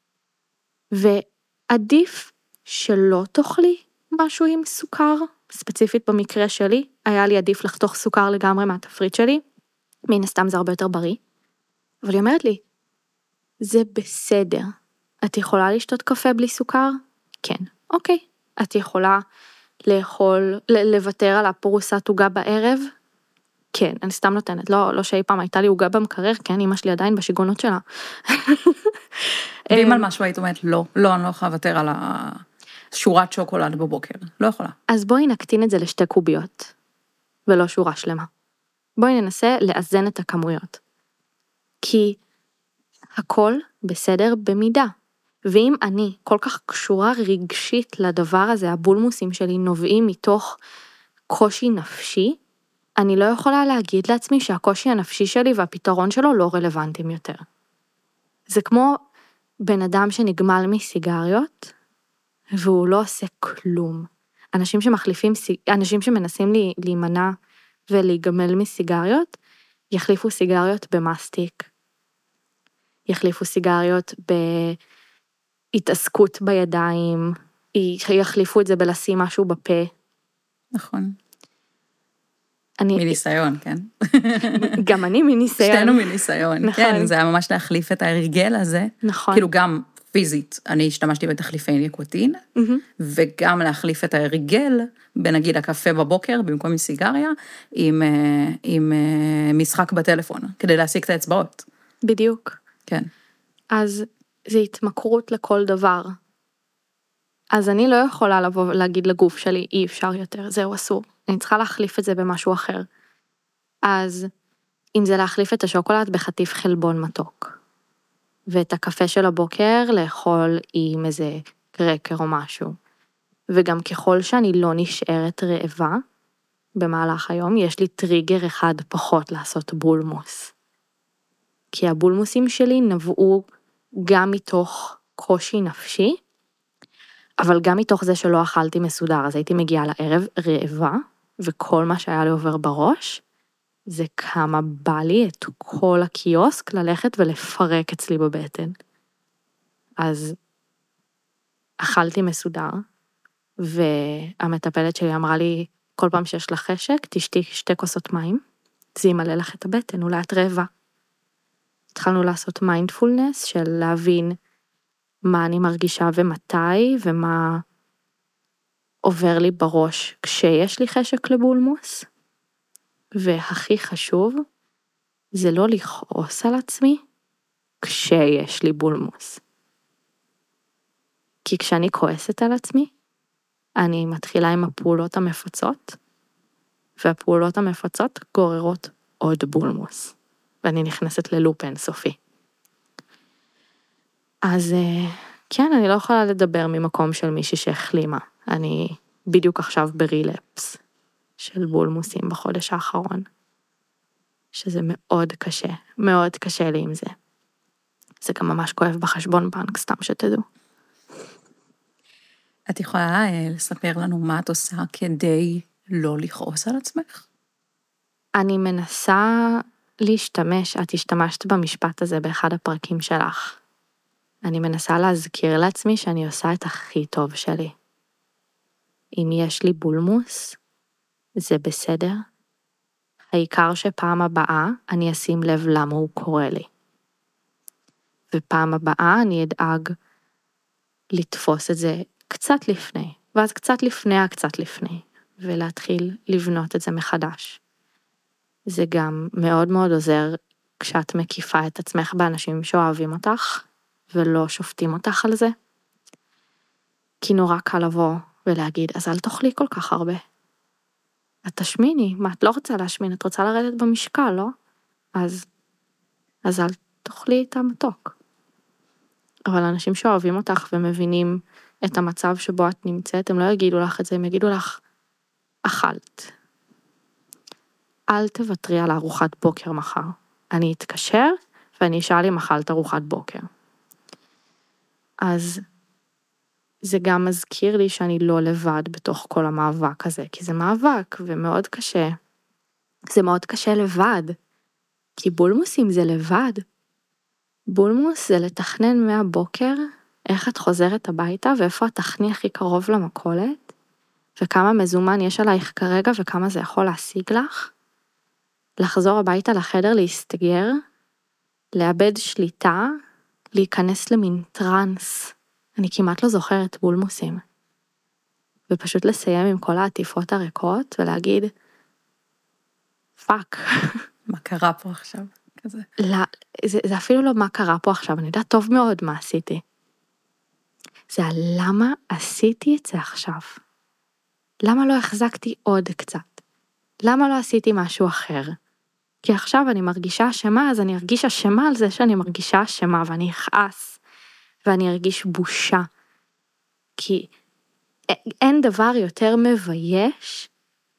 ועדיף שלא תאכלי משהו עם סוכר, ספציפית במקרה שלי, היה לי עדיף לחתוך סוכר לגמרי מהתפריט שלי, מן הסתם זה הרבה יותר בריא, אבל היא אומרת לי, זה בסדר, את יכולה לשתות קפה בלי סוכר? כן, אוקיי, את יכולה לוותר על הפרוסת עוגה בערב? כן, אני סתם נותנת, לא שאי פעם הייתה לי עוגה במקרר, כן, אמא שלי עדיין בשיגונות שלה. ואם על משהו היית אומרת, לא, אני לא יכולה לוותר על שורת שוקולד בבוקר, לא יכולה. אז בואי נקטין את זה ל2 קוביות, ולא שורה שלמה. בואי ננסה לאזן את הכמויות. כי הכל בסדר במידה. ואם אני כל כך קשורה רגשית לדבר הזה, הבולמוסים שלי נובעים מתוך קושי נפשי, אני לא יכולה להגיד לעצמי שהקושי הנפשי שלי והפתרון שלו לא רלוונטיים יותר. זה כמו בן אדם שנגמל מסיגריות, והוא לא עושה כלום. אנשים שמנסים להימנע ולהיגמל מסיגריות, יחליפו סיגריות במסטיק, יחליפו סיגריות בהתעסקות בידיים, יחליפו את זה בלשים משהו בפה. נכון. מניסיון, כן. גם אני מניסיון. שתינו מניסיון, נכון. כן, זה היה ממש להחליף את ההרגל הזה. נכון. כאילו גם פיזית, אני השתמשתי בתחליפי ניקוטין, וגם להחליף את ההרגל, בנגיד הקפה בבוקר, במקום עם סיגריה, עם משחק בטלפון, כדי להשיג את האצבעות. בדיוק. כן. אז זה התמכרות לכל דבר. אז אני לא יכולה לבוא ולהגיד לגוף שלי, אי אפשר יותר, זהו אסור. אני צריכה להחליף את זה במשהו אחר. אז אם זה להחליף את השוקולד בחטיף חלבון מתוק, ואת הקפה של הבוקר לאכול עם איזה קרקר או משהו. וגם ככל שאני לא נשארת רעבה במהלך היום, יש לי טריגר אחד פחות לעשות בולמוס. כי הבולמוסים שלי נבעו גם מתוך קושי נפשי, אבל גם מתוך זה שלא אכלתי מסודר, אז הייתי מגיעה לערב רעבה, וכל מה שהיה לי עובר בראש, זה כמה בא לי את כל הקיוסק ללכת ולפרק אצלי בבטן. אז אכלתי מסודר, והמטפלת שלי אמרה לי, כל פעם שיש לך חשק, תשתי 2 כוסות מים, זה ימלא לך את הבטן, אולי את רעבה. התחלנו לעשות מיינדפולנס של להבין מה אני מרגישה ומתי, ומה עובר לי בראש כשיש לי חשק לבולמוס. והכי חשוב, זה לא לכעוס על עצמי כשיש לי בולמוס. כי כשאני כועסת על עצמי, אני מתחילה עם הפעולות המפצות, והפעולות המפצות גוררות עוד בולמוס. ואני נכנסת ללופ אינסופי. אז כן, אני לא יכולה לדבר ממקום של מישהי שהחלימה. אני בדיוק עכשיו ברילפס של בולמוסים בחודש האחרון. שזה מאוד קשה לי עם זה. זה גם ממש כואב בחשבון בנק, סתם שתדעו. את יכולה לספר לנו מה את עושה כדי לא לכעוס על עצמך? אני מנסה להשתמש, את השתמשת במשפט הזה באחד הפרקים שלך. אני מנסה להזכיר לעצמי שאני עושה את הכי טוב שלי. אם יש לי בולמוס, זה בסדר. העיקר שפעם הבאה אני אשים לב למה הוא קורה לי. ופעם הבאה אני אדאג לתפוס את זה קצת לפני, ואז קצת לפני, ולהתחיל לבנות את זה מחדש. זה גם מאוד מאוד עוזר כשאת מקיפה את עצמך באנשים שאוהבים אותך, ולא שופטים אותך על זה. כי נורא קל לבוא ולהגיד, אז אל תאכלי כל כך הרבה. את תשמיני, מה את לא רוצה להשמין, את רוצה לרדת במשקל, לא? אז אל תאכלי את המתוק. אבל אנשים שאוהבים אותך ומבינים את המצב שבו את נמצאת, הם לא יגידו לך את זה, הם יגידו לך, אכלת. אל תוותרי על ארוחת בוקר מחר. אני אתקשר ואני אשאל אם אכלת ארוחת בוקר. אז זה גם מזכיר לי שאני לא לבד בתוך כל המאבק הזה, כי זה מאבק ומאוד קשה. זה מאוד קשה לבד, כי בולמוסים זה לבד. בולמוס זה לתכנן מהבוקר איך את חוזרת הביתה ואיפה התכני הכי קרוב למכולת, וכמה מזומן יש עלייך כרגע וכמה זה יכול להשיג לך. לחזור הביתה לחדר, להסתגר, לאבד שליטה, להיכנס למין טרנס. אני כמעט לא זוכרת בולמוסים. ופשוט לסיים עם כל העטיפות הריקות ולהגיד, פאק. מה קרה פה עכשיו? כזה. לא, זה אפילו לא מה קרה פה עכשיו, אני יודעת טוב מאוד מה עשיתי. זה למה עשיתי את זה עכשיו. למה לא החזקתי עוד קצת? למה לא עשיתי משהו אחר? כי עכשיו אני מרגישה אשמה, אז אני ארגיש אשמה על זה שאני מרגישה אשמה, ואני אכעס, ואני ארגיש בושה. כי אין דבר יותר מבייש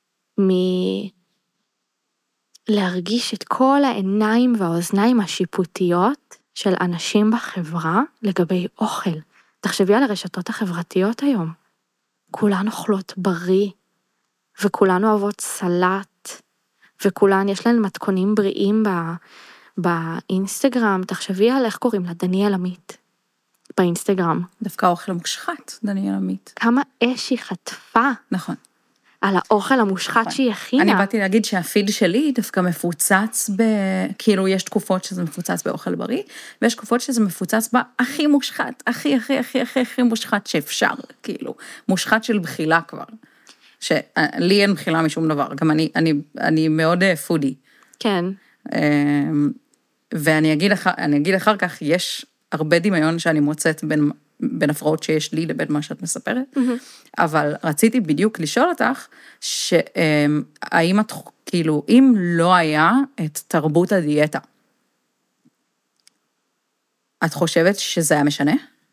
להרגיש את כל העיניים והאוזניים השיפוטיות של אנשים בחברה לגבי אוכל. תחשבי על הרשתות החברתיות היום. כולן אוכלות בריא, וכולן אוהבות סלט, וכולן יש להן מתכונים בריאים באינסטגרם. תחשבי על איך קוראים לה, דניאל עמית, באינסטגרם. דווקא אוכל מושחת, דניאל עמית. כמה אש היא חטפה. נכון. על האוכל המושחת שהיא הכינה. אני באתי להגיד שהפיד שלי דווקא מפוצץ כאילו יש תקופות שזה מפוצץ באוכל בריא, ויש תקופות שזה מפוצץ הכי מושחת, הכי מושחת שאפשר, כאילו, מושחת של בחילה כבר. שלי אין בחילה משום דבר, גם אני מאוד פודי. כן. ואני אגיד אחר כך, יש הרבה דמיון שאני מוצאת בין בין הפרעות שיש לי לבין מה שאת מספרת, אבל רציתי בדיוק לשאול אותך, האם את, כאילו, אם לא היה את תרבות הדיאטה, את חושבת שזה היה משנה?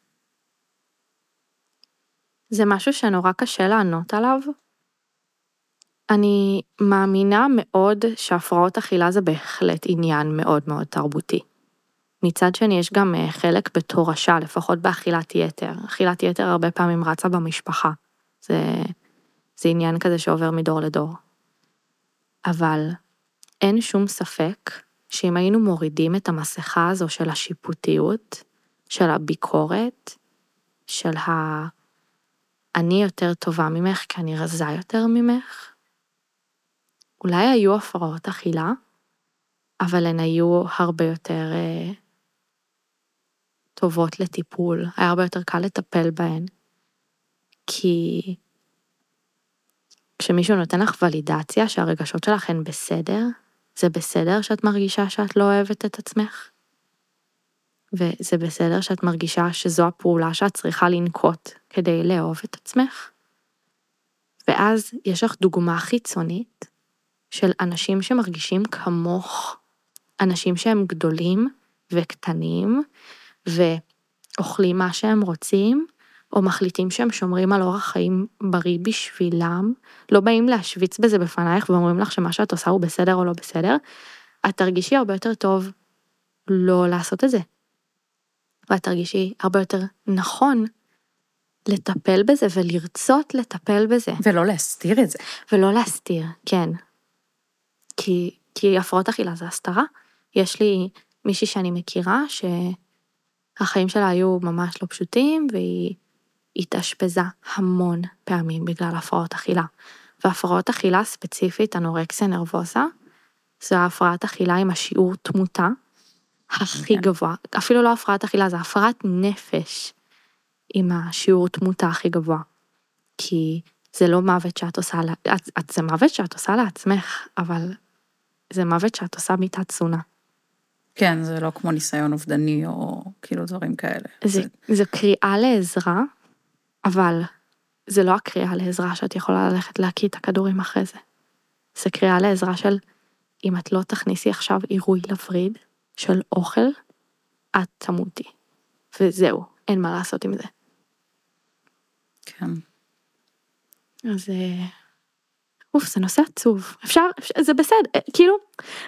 זה משהו שנורא קשה לענות עליו. אני מאמינה מאוד שהפרעות אכילה זה בהחלט עניין מאוד מאוד תרבותי. מצד שני יש גם חלק בתורשה, לפחות באכילת יתר. אכילת יתר הרבה פעמים רצה במשפחה. זה עניין כזה שעובר מדור לדור. אבל אין שום ספק שאם היינו מורידים את המסכה הזו של השיפוטיות, של הביקורת, של אני יותר טובה ממך כי אני רזה יותר ממך, אולי היו הפרעות אכילה, אבל הן היו הרבה יותר טובות לטיפול, היה הרבה יותר קל לטפל בהן, כי כשמישהו נותן לך ולידציה שהרגשות שלך הן בסדר, זה בסדר שאת מרגישה שאת לא אוהבת את עצמך, וזה בסדר שאת מרגישה שזו הפעולה שאת צריכה לנקוט כדי לאהוב את עצמך, ואז יש לך דוגמה חיצונית של אנשים שמרגישים כמוך, אנשים שהם גדולים וקטנים, ואוכלים מה שהם רוצים, או מחליטים שהם שומרים על אורח חיים בריא בשבילם, לא באים להשוויץ בזה בפנייך, ואומרים לך שמה שאת עושה הוא בסדר או לא בסדר, את תרגישי הרבה יותר טוב לא לעשות את זה. ואת תרגישי הרבה יותר נכון לטפל בזה, ולרצות לטפל בזה. ולא להסתיר את זה. ולא להסתיר, כן. כי הפרעות אכילה זה הסתרה. יש לי מישהי שאני מכירה, שהחיים שלה היו ממש לא פשוטים, והיא התאשפזה המון פעמים בגלל הפרעות אכילה. והפרעות אכילה ספציפית, אנורקסיה נרבוזה, זו ההפרעת אכילה עם השיעור תמותה הכי גבוה. אפילו לא הפרעת אכילה, זה הפרעת נפש עם השיעור תמותה הכי גבוה. כי זה לא מוות שאת עושה, זה מוות שאת עושה לעצמך, אבל זה מוות שאת עושה מתת תזונה. כן, זה לא כמו ניסיון אובדני או כאילו דברים כאלה. זה קריאה לעזרה, אבל זה לא הקריאה לעזרה שאת יכולה ללכת להקיא את הכדורים אחרי זה. זה קריאה לעזרה של, אם את לא תכניסי עכשיו עירוי לווריד של אוכל, את תמותי. וזהו, אין מה לעשות עם זה. כן. אז זה נושא עצוב. אפשר, זה בסדר, כאילו,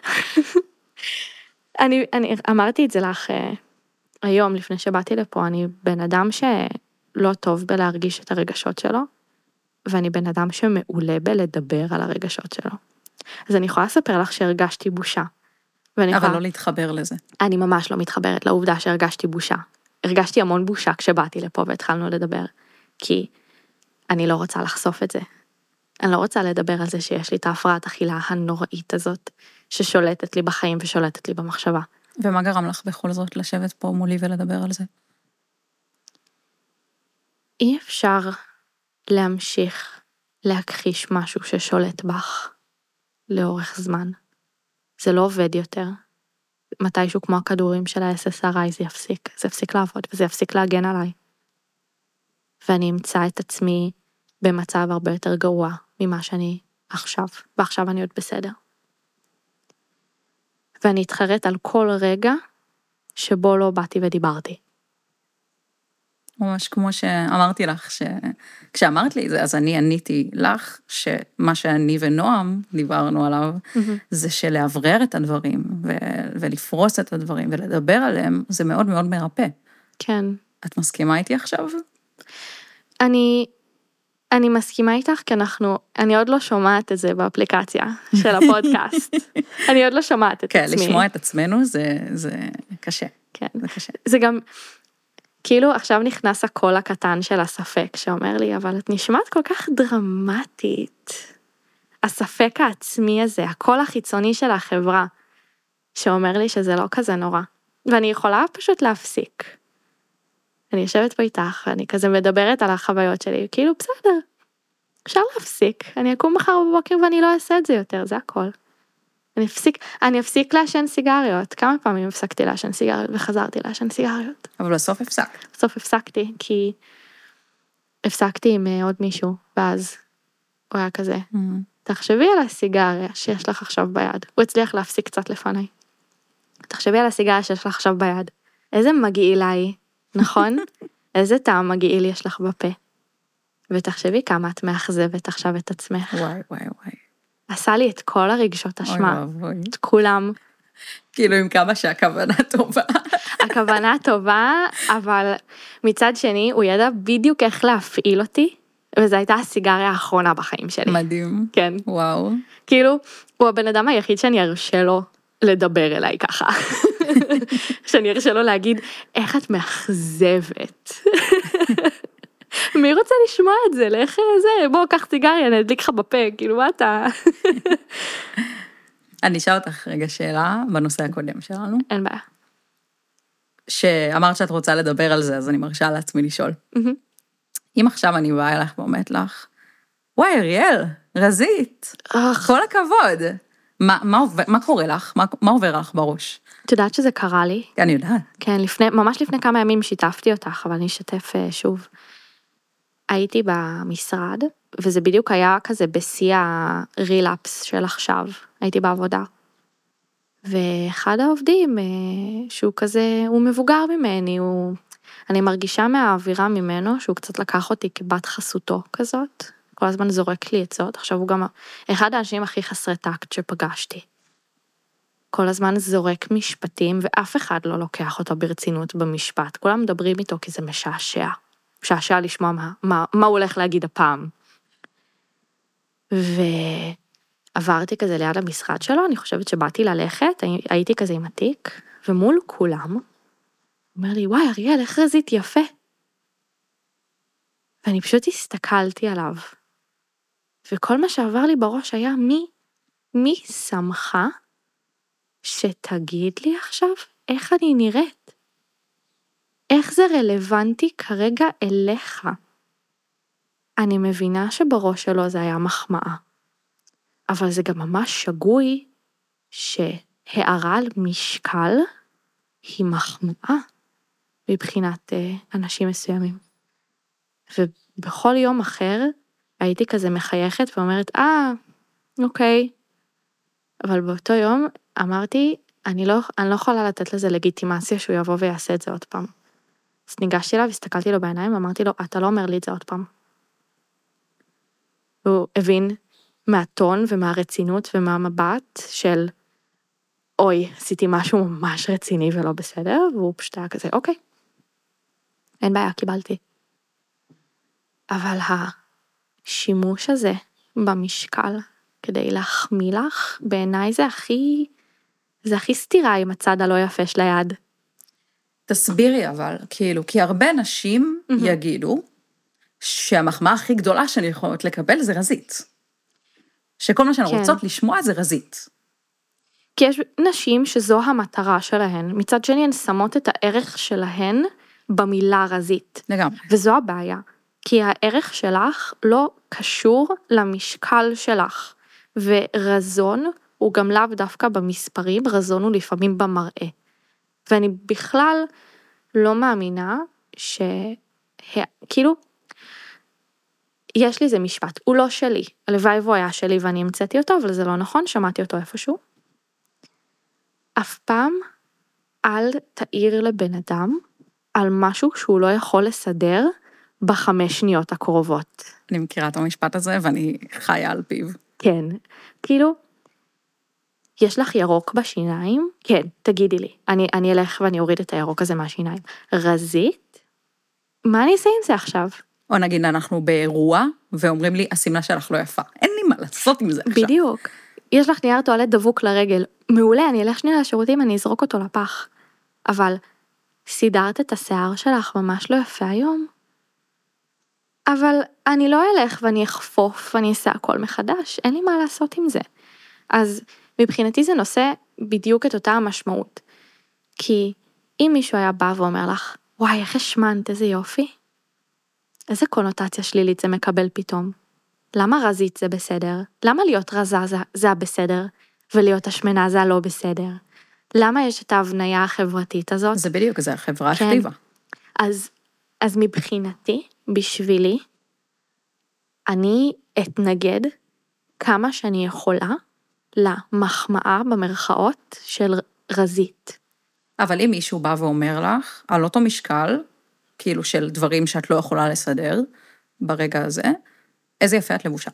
אני אמרתי את זה לך היום, לפני שבאתי לפה, אני בן אדם שלא טוב בלהרגיש את הרגשות שלו, ואני בן אדם שמעולה בלדבר על הרגשות שלו. אז אני יכולה לספר לך שהרגשתי בושה. אבל לא להתחבר לזה. אני ממש לא מתחברת לעובדה שהרגשתי בושה. הרגשתי המון בושה כשבאתי לפה והתחלנו לדבר, כי אני לא רוצה לחשוף את זה. אני לא רוצה לדבר על זה שיש לי את ההפרעת אכילה הנוראית הזאת, ששולטת לי בחיים ושולטת לי במחשבה. ומה גרם לך בכל זאת לשבת פה מולי ולדבר על זה? אי אפשר להמשיך להכחיש משהו ששולט בך לאורך זמן. זה לא עובד יותר. מתישהו כמו הכדורים של ה-SSRI זה יפסיק לעבוד וזה יפסיק להגן עליי. ואני אמצא את עצמי במצב הרבה יותר גרוע ממה שאני עכשיו, ועכשיו אני עוד בסדר. ואני אתחרט על כל רגע שבו לא באתי ודיברתי. ממש כמו שאמרתי לך, כשאמרת לי את זה, אז אני עניתי לך, שמה שאני ונועם דיברנו עליו, זה שלעברר את הדברים, ולפרוס את הדברים, ולדבר עליהם, זה מאוד מאוד מרפא. כן. את מסכימה איתי עכשיו? אני מסכימה איתך, כי אני עוד לא שומעת את זה באפליקציה של הפודקאסט. אני עוד לא שומעת את עצמי. כן, לשמוע את עצמנו זה קשה. כן. זה קשה. זה גם, כאילו עכשיו נכנס הקול הקטן של הספק, שאומר לי, אבל את נשמעת כל כך דרמטית. הספק העצמי הזה, הקול החיצוני של החברה, שאומר לי שזה לא כזה נורא. ואני יכולה פשוט להפסיק. אני יושבת פה איתך, ואני כזה מדברת על החוויות שלי, כאילו בסדר, אפשר להפסיק, אני אקום מחר בבוקר ואני לא אעשה את זה יותר, זה הכל. אני אפסיק לעשן סיגריות. כמה פעמים הפסקתי לעשן סיגריות וחזרתי לעשן סיגריות. אבל בסוף הפסקת. בסוף הפסקתי, כי הפסקתי עם עוד מישהו, ואז הוא היה כזה, תחשבי על הסיגריה שיש לך עכשיו ביד. הוא הצליח להפסיק קצת לפניי. תחשבי על הסיגריה שיש לך עכשיו ביד. איזה מגעילה היא, נכון? איזה טעם מגעיל יש לך בפה. ותחשבי כמה את מאכזבת עכשיו את עצמך. וואי, וואי, וואי. עשה לי את כל הרגשות אשמה. את כולם. כאילו עם כמה שהכוונה טובה. הכוונה טובה, אבל מצד שני, הוא ידע בדיוק איך להפעיל אותי, וזו הייתה הסיגריה האחרונה בחיים שלי. מדהים. כן. וואו. כאילו, הוא הבן אדם היחיד שאני ארשה לו לדבר אליי ככה. שאני ארשה לו להגיד, איך את מאכזבת. מי רוצה לשמוע את זה? לך זה, בוא, קח סיגריה, נדליק לך בפה, כאילו, מה אתה? אני אשאל אותך רגע שאלה בנושא הקודם שלנו. אין בעיה. שאמרת שאת רוצה לדבר על זה, אז אני מרשה לעצמי לשאול. אם עכשיו אני באה אליך ואומרת לך, וואי, אריאל, רזית, כל הכבוד. מה קורה לך? מה עובר לך בראש? את יודעת שזה קרה לי? אני יודעת. כן, ממש לפני כמה ימים שיתפתי אותך, אבל אני אשתף שוב. הייתי במשרד, וזה בדיוק היה כזה בשיא הרילאפס של עכשיו. הייתי בעבודה. ואחד העובדים, שהוא כזה, הוא מבוגר ממני, אני מרגישה מהאווירה ממנו, שהוא קצת לקח אותי כבת חסותו כזאת, כל הזמן זורק לי עצות, עכשיו הוא גם אחד האנשים הכי חסרי טקט שפגשתי. כל הזמן זורק משפטים, ואף אחד לא לוקח אותו ברצינות במשפט, כולם מדברים איתו כי זה משעשע, משעשע לשמוע מה הוא הולך להגיד הפעם. עברתי כזה ליד המשרד שלו, אני חושבת שבאתי ללכת, הייתי כזה עם התיק, ומול כולם, אומר לי, וואי, אריאל, איך רזית יפה. ואני פשוט הסתכלתי עליו, וכל מה שעבר לי בראש היה, מי שמחה שתגיד לי עכשיו איך אני נראית? איך זה רלוונטי כרגע אליך? אני מבינה שבראש שלו זה היה מחמאה. אבל זה גם ממש שגוי שהערה על משקל היא מחמאה מבחינת אנשים מסוימים. ובכל יום אחר הייתי כזה מחייכת ואומרת, אוקיי. אבל באותו יום אמרתי, אני לא יכולה לתת לזה לגיטימציה שהוא יבוא ויעשה את זה עוד פעם. אז ניגשתי אליו, הסתכלתי לו בעיניים ואמרתי לו, אתה לא אומר לי את זה עוד פעם. הוא הבין מהטון ומהרצינות ומהמבט של, אוי, עשיתי משהו ממש רציני ולא בסדר, והוא פשוט היה כזה, אוקיי, אין בעיה, קיבלתי. אבל השימוש הזה במשקל, כדי להחמיא לך, בעיניי זה הכי סתירה עם הצד הלא יפה של היד. תסבירי אבל, כאילו, כי הרבה נשים יגידו, שהמחמאה הכי גדולה שאני יכולת לקבל זה רזית. שכל מה שהן רוצות לשמוע זה רזית. כי יש נשים שזו המטרה שלהן, מצד שני הן שמות את הערך שלהן במילה רזית. לגמרי. וזו הבעיה, כי הערך שלך לא קשור למשקל שלך, ורזון הוא גם לאו דווקא במספרים, רזון הוא לפעמים במראה. ואני בכלל לא מאמינה כאילו, יש לי איזה משפט, הוא לא שלי, הלוואי והוא היה שלי ואני המצאתי אותו, אבל זה לא נכון, שמעתי אותו איפשהו. אף פעם אל תעיר לבן אדם על משהו שהוא לא יכול לסדר ב5 שניות הקרובות. אני מכירה את המשפט הזה ואני חיה על פיו. כן, כאילו, יש לך ירוק בשיניים? כן, תגידי לי, אני אלך ואני אוריד את הירוק הזה מהשיניים. רזית? מה אני אעשה עם זה עכשיו? או נגיד אנחנו באירוע, ואומרים לי, השמלה שלך לא יפה. אין לי מה לעשות עם זה עכשיו. בדיוק. יש לך נייר טואלט דבוק לרגל. מעולה, אני אלך שנייה לשירותים, אני אזרוק אותו לפח. אבל סידרת את השיער שלך ממש לא יפה היום. אבל אני לא אלך ואני אחפוף ואני אעשה הכל מחדש. אין לי מה לעשות עם זה. אז מבחינתי זה נושא בדיוק את אותה המשמעות. כי אם מישהו היה בא ואומר לך, וואי, איך השמנת, איזה יופי. איזה קונוטציה שלילית זה מקבל פתאום? למה רזית זה בסדר? למה להיות רזה זה הבסדר? ולהיות השמנה זה הלא בסדר. למה יש את ההבניה החברתית הזאת? זה בדיוק, זה החברה הכתיבה. אז מבחינתי, בשבילי, אני אתנגד כמה שאני יכולה למחמאה במרכאות של רזית. אבל אם מישהו בא ואומר לך, על אותו משקל, כאילו של דברים שאת לא יכולה לסדר, ברגע הזה, איזה יפה את לבושה.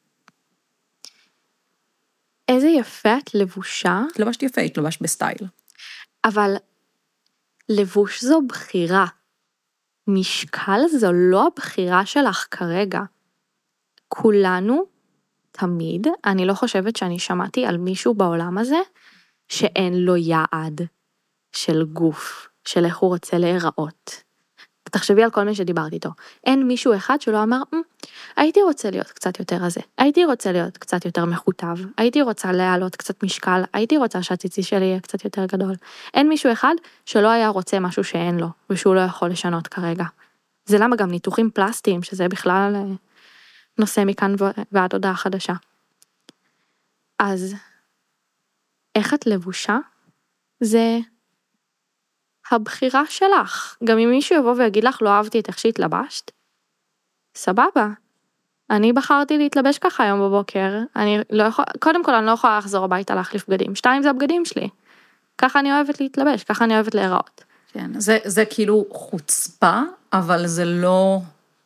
איזה יפה את לבושה. התלבשת יפה, התלבשת בסטייל. אבל לבוש זו בחירה. משקל זו לא הבחירה שלך כרגע. כולנו, תמיד, אני לא חושבת שאני שמעתי על מישהו בעולם הזה, שאין לו יעד של גוף, של איך הוא רוצה להיראות. תחשבי על כל מי שדיברתי איתו. אין מישהו אחד שלא אמר, הייתי רוצה להיות קצת יותר רזה, הייתי רוצה להיות קצת יותר מחוטב, הייתי רוצה להעלות קצת משקל, הייתי רוצה שהציצי שלי יהיה קצת יותר גדול. אין מישהו אחד שלא היה רוצה משהו שאין לו, ושהוא לא יכול לשנות כרגע. זה למה גם ניתוחים פלסטיים, שזה בכלל נושא מכאן ועד הודעה חדשה. אז איך את לבושה? זה הבחירה שלך. גם אם מישהו יבוא ויגיד לך, לא אהבתי את איך שהתלבשת, סבבה. אני בחרתי להתלבש ככה היום בבוקר. קודם כל, אני לא יכולה לחזור הביתה להחליף בגדים. 2 זה הבגדים שלי. ככה אני אוהבת להתלבש, ככה אני אוהבת להיראות. כן, זה כאילו חוצפה, אבל זה לא...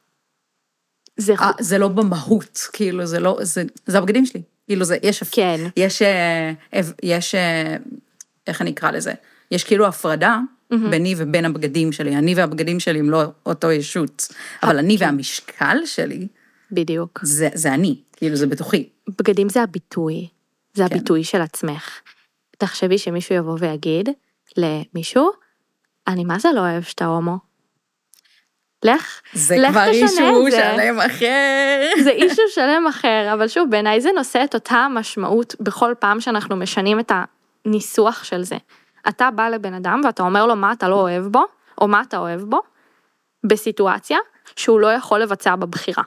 זה לא במהות, כאילו, זה הבגדים שלי. כאילו, כן. יש, איך אני אקרא לזה? יש כאילו הפרדה ביני ובין הבגדים שלי. אני והבגדים שלי הם לא אותו ישות, אבל אני והמשקל שלי, בדיוק. זה אני, כאילו, זה בתוכי. בגדים זה הביטוי, זה הביטוי של עצמך. תחשבי שמישהו יבוא ויגיד למישהו, אני מה זה לא אוהב שאתה הומו? לך כבר אישו שלם אחר. זה אישו שלם אחר, אבל שוב, בעיניי זה נושא את אותה משמעות בכל פעם שאנחנו משנים את הניסוח של זה. אתה בא לבן אדם ואתה אומר לו מה אתה לא אוהב בו, או מה אתה אוהב בו, בסיטואציה שהוא לא יכול לבצע בבחירה.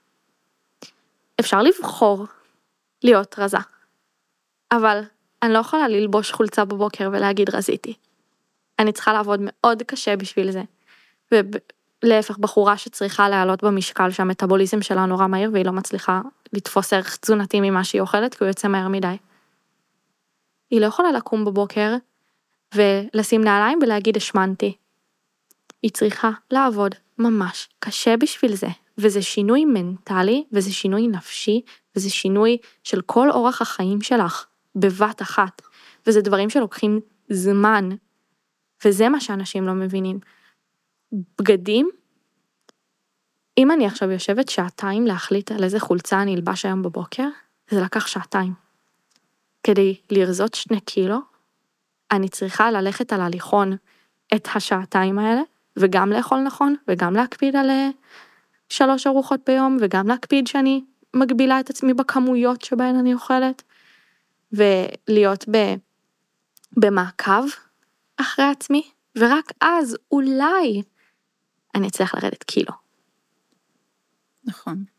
אפשר לבחור להיות רזה, אבל אני לא יכולה ללבוש חולצה בבוקר ולהגיד רזיתי. אני צריכה לעבוד מאוד קשה בשביל זה, ולהפך בחורה שצריכה לעלות במשקל שהמטאבוליזם שלה נורא מהיר, והיא לא מצליחה לתפוס ערך תזונתי ממה שהיא אוכלת, כי הוא יוצא מהר מדי. היא לא יכולה לקום בבוקר ולשים נעליים ולהגיד השמנתי. היא צריכה לעבוד ממש קשה בשביל זה, וזה שינוי מנטלי, וזה שינוי נפשי, וזה שינוי של כל אורח החיים שלך, בבת אחת, וזה דברים שלוקחים זמן, וזה מה שאנשים לא מבינים. בגדים, אם אני עכשיו יושבת 2 שעתיים להחליט על איזה חולצה אני אלבש היום בבוקר, זה לקח 2 שעתיים. כדי לרזות 2 קילו, אני צריכה ללכת על הליכון את 2 שעתיים האלה, וגם לאכול נכון, וגם להקפיד על 3 ארוחות ביום, וגם להקפיד שאני מגבילה את עצמי בכמויות שבהן אני אוכלת, ולהיות במעקב אחרי עצמי, ורק אז אולי אני אצליח לרדת קילו. נכון.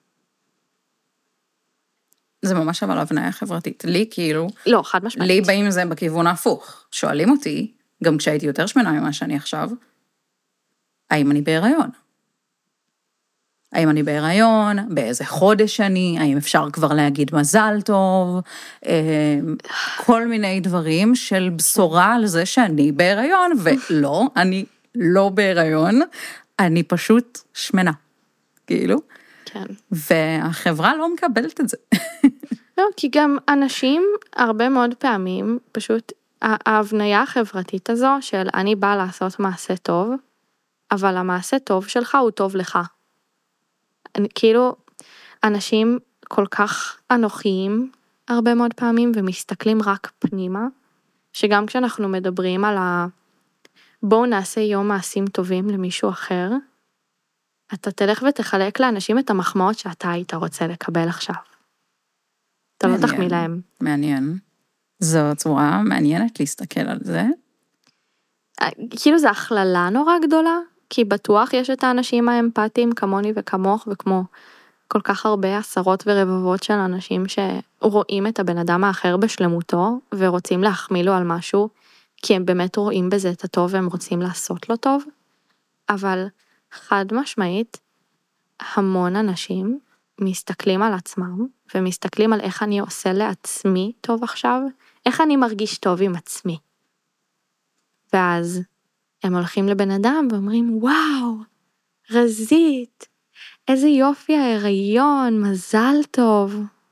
זה ממש אבל הבניה חברתית. לי כאילו... לא, חד משמעית. לי באים זה בכיוון ההפוך. שואלים אותי, גם כשהייתי יותר שמנה ממה שאני עכשיו, האם אני בהיריון? האם אני בהיריון? באיזה חודש אני? האם אפשר כבר להגיד מזל טוב? כל מיני דברים של בשורה על זה שאני בהיריון, ולא, אני לא בהיריון, אני פשוט שמנה. כאילו? כן. והחברה לא מקבלת את זה. לא, כי גם אנשים הרבה מאוד פעמים, פשוט ההבניה החברתית הזו של אני באה לעשות מעשה טוב, אבל המעשה טוב שלך הוא טוב לך. כאילו, אנשים כל כך אנוכיים הרבה מאוד פעמים, ומסתכלים רק פנימה, שגם כשאנחנו מדברים על בואו נעשה יום מעשים טובים למישהו אחר, אתה תלך ותחלק לאנשים את המחמאות שאתה היית רוצה לקבל עכשיו. אתה לא תחמיא להם. מעניין. זו צורה מעניינת להסתכל על זה. כאילו זו הכללה נורא גדולה, כי בטוח יש את האנשים האמפתיים כמוני וכמוך, וכמו כל כך הרבה עשרות ורבבות של אנשים שרואים את הבן אדם האחר בשלמותו, ורוצים להחמיא לו על משהו, כי הם באמת רואים בזה את הטוב, והם רוצים לעשות לו טוב, אבל חד משמעית, המון אנשים מסתכלים על עצמם, ומסתכלים על איך אני עושה לעצמי טוב עכשיו, איך אני מרגיש טוב עם עצמי. ואז הם הולכים לבן אדם ואומרים, וואו, רזית, איזה יופי ההיריון, מזל טוב.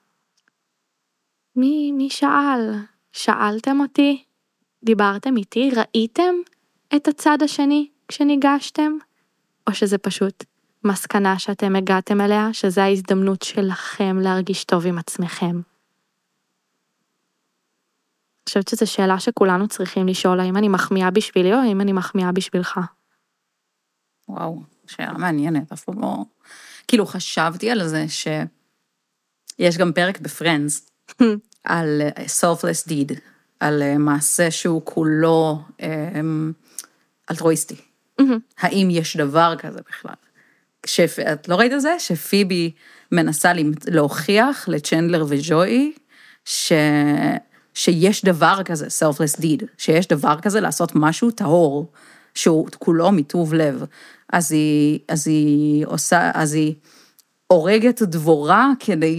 מי שאל? שאלתם אותי? דיברתם איתי? ראיתם את הצד השני כשניגשתם? או שזה פשוט מסקנה שאתם הגעתם אליה, שזה ההזדמנות שלכם להרגיש טוב עם עצמכם? אני חושבת שזו שאלה שכולנו צריכים לשאול, האם אני מחמיאה בשבילי או האם אני מחמיאה בשבילך? וואו, שאלה מעניינת, אף פעם לא... כאילו חשבתי על זה שיש גם פרק בפרנדס, על selfless deed, על מעשה שהוא כולו אלטרואיסטי. האם יש דבר כזה בכלל? את לא ראית את זה? שפיבי מנסה להוכיח לצ'נדלר וג'וי, שיש דבר כזה, selfless deed, שיש דבר כזה לעשות משהו טהור, שהוא כולו מטוב לב. אז היא הורגת דבורה כדי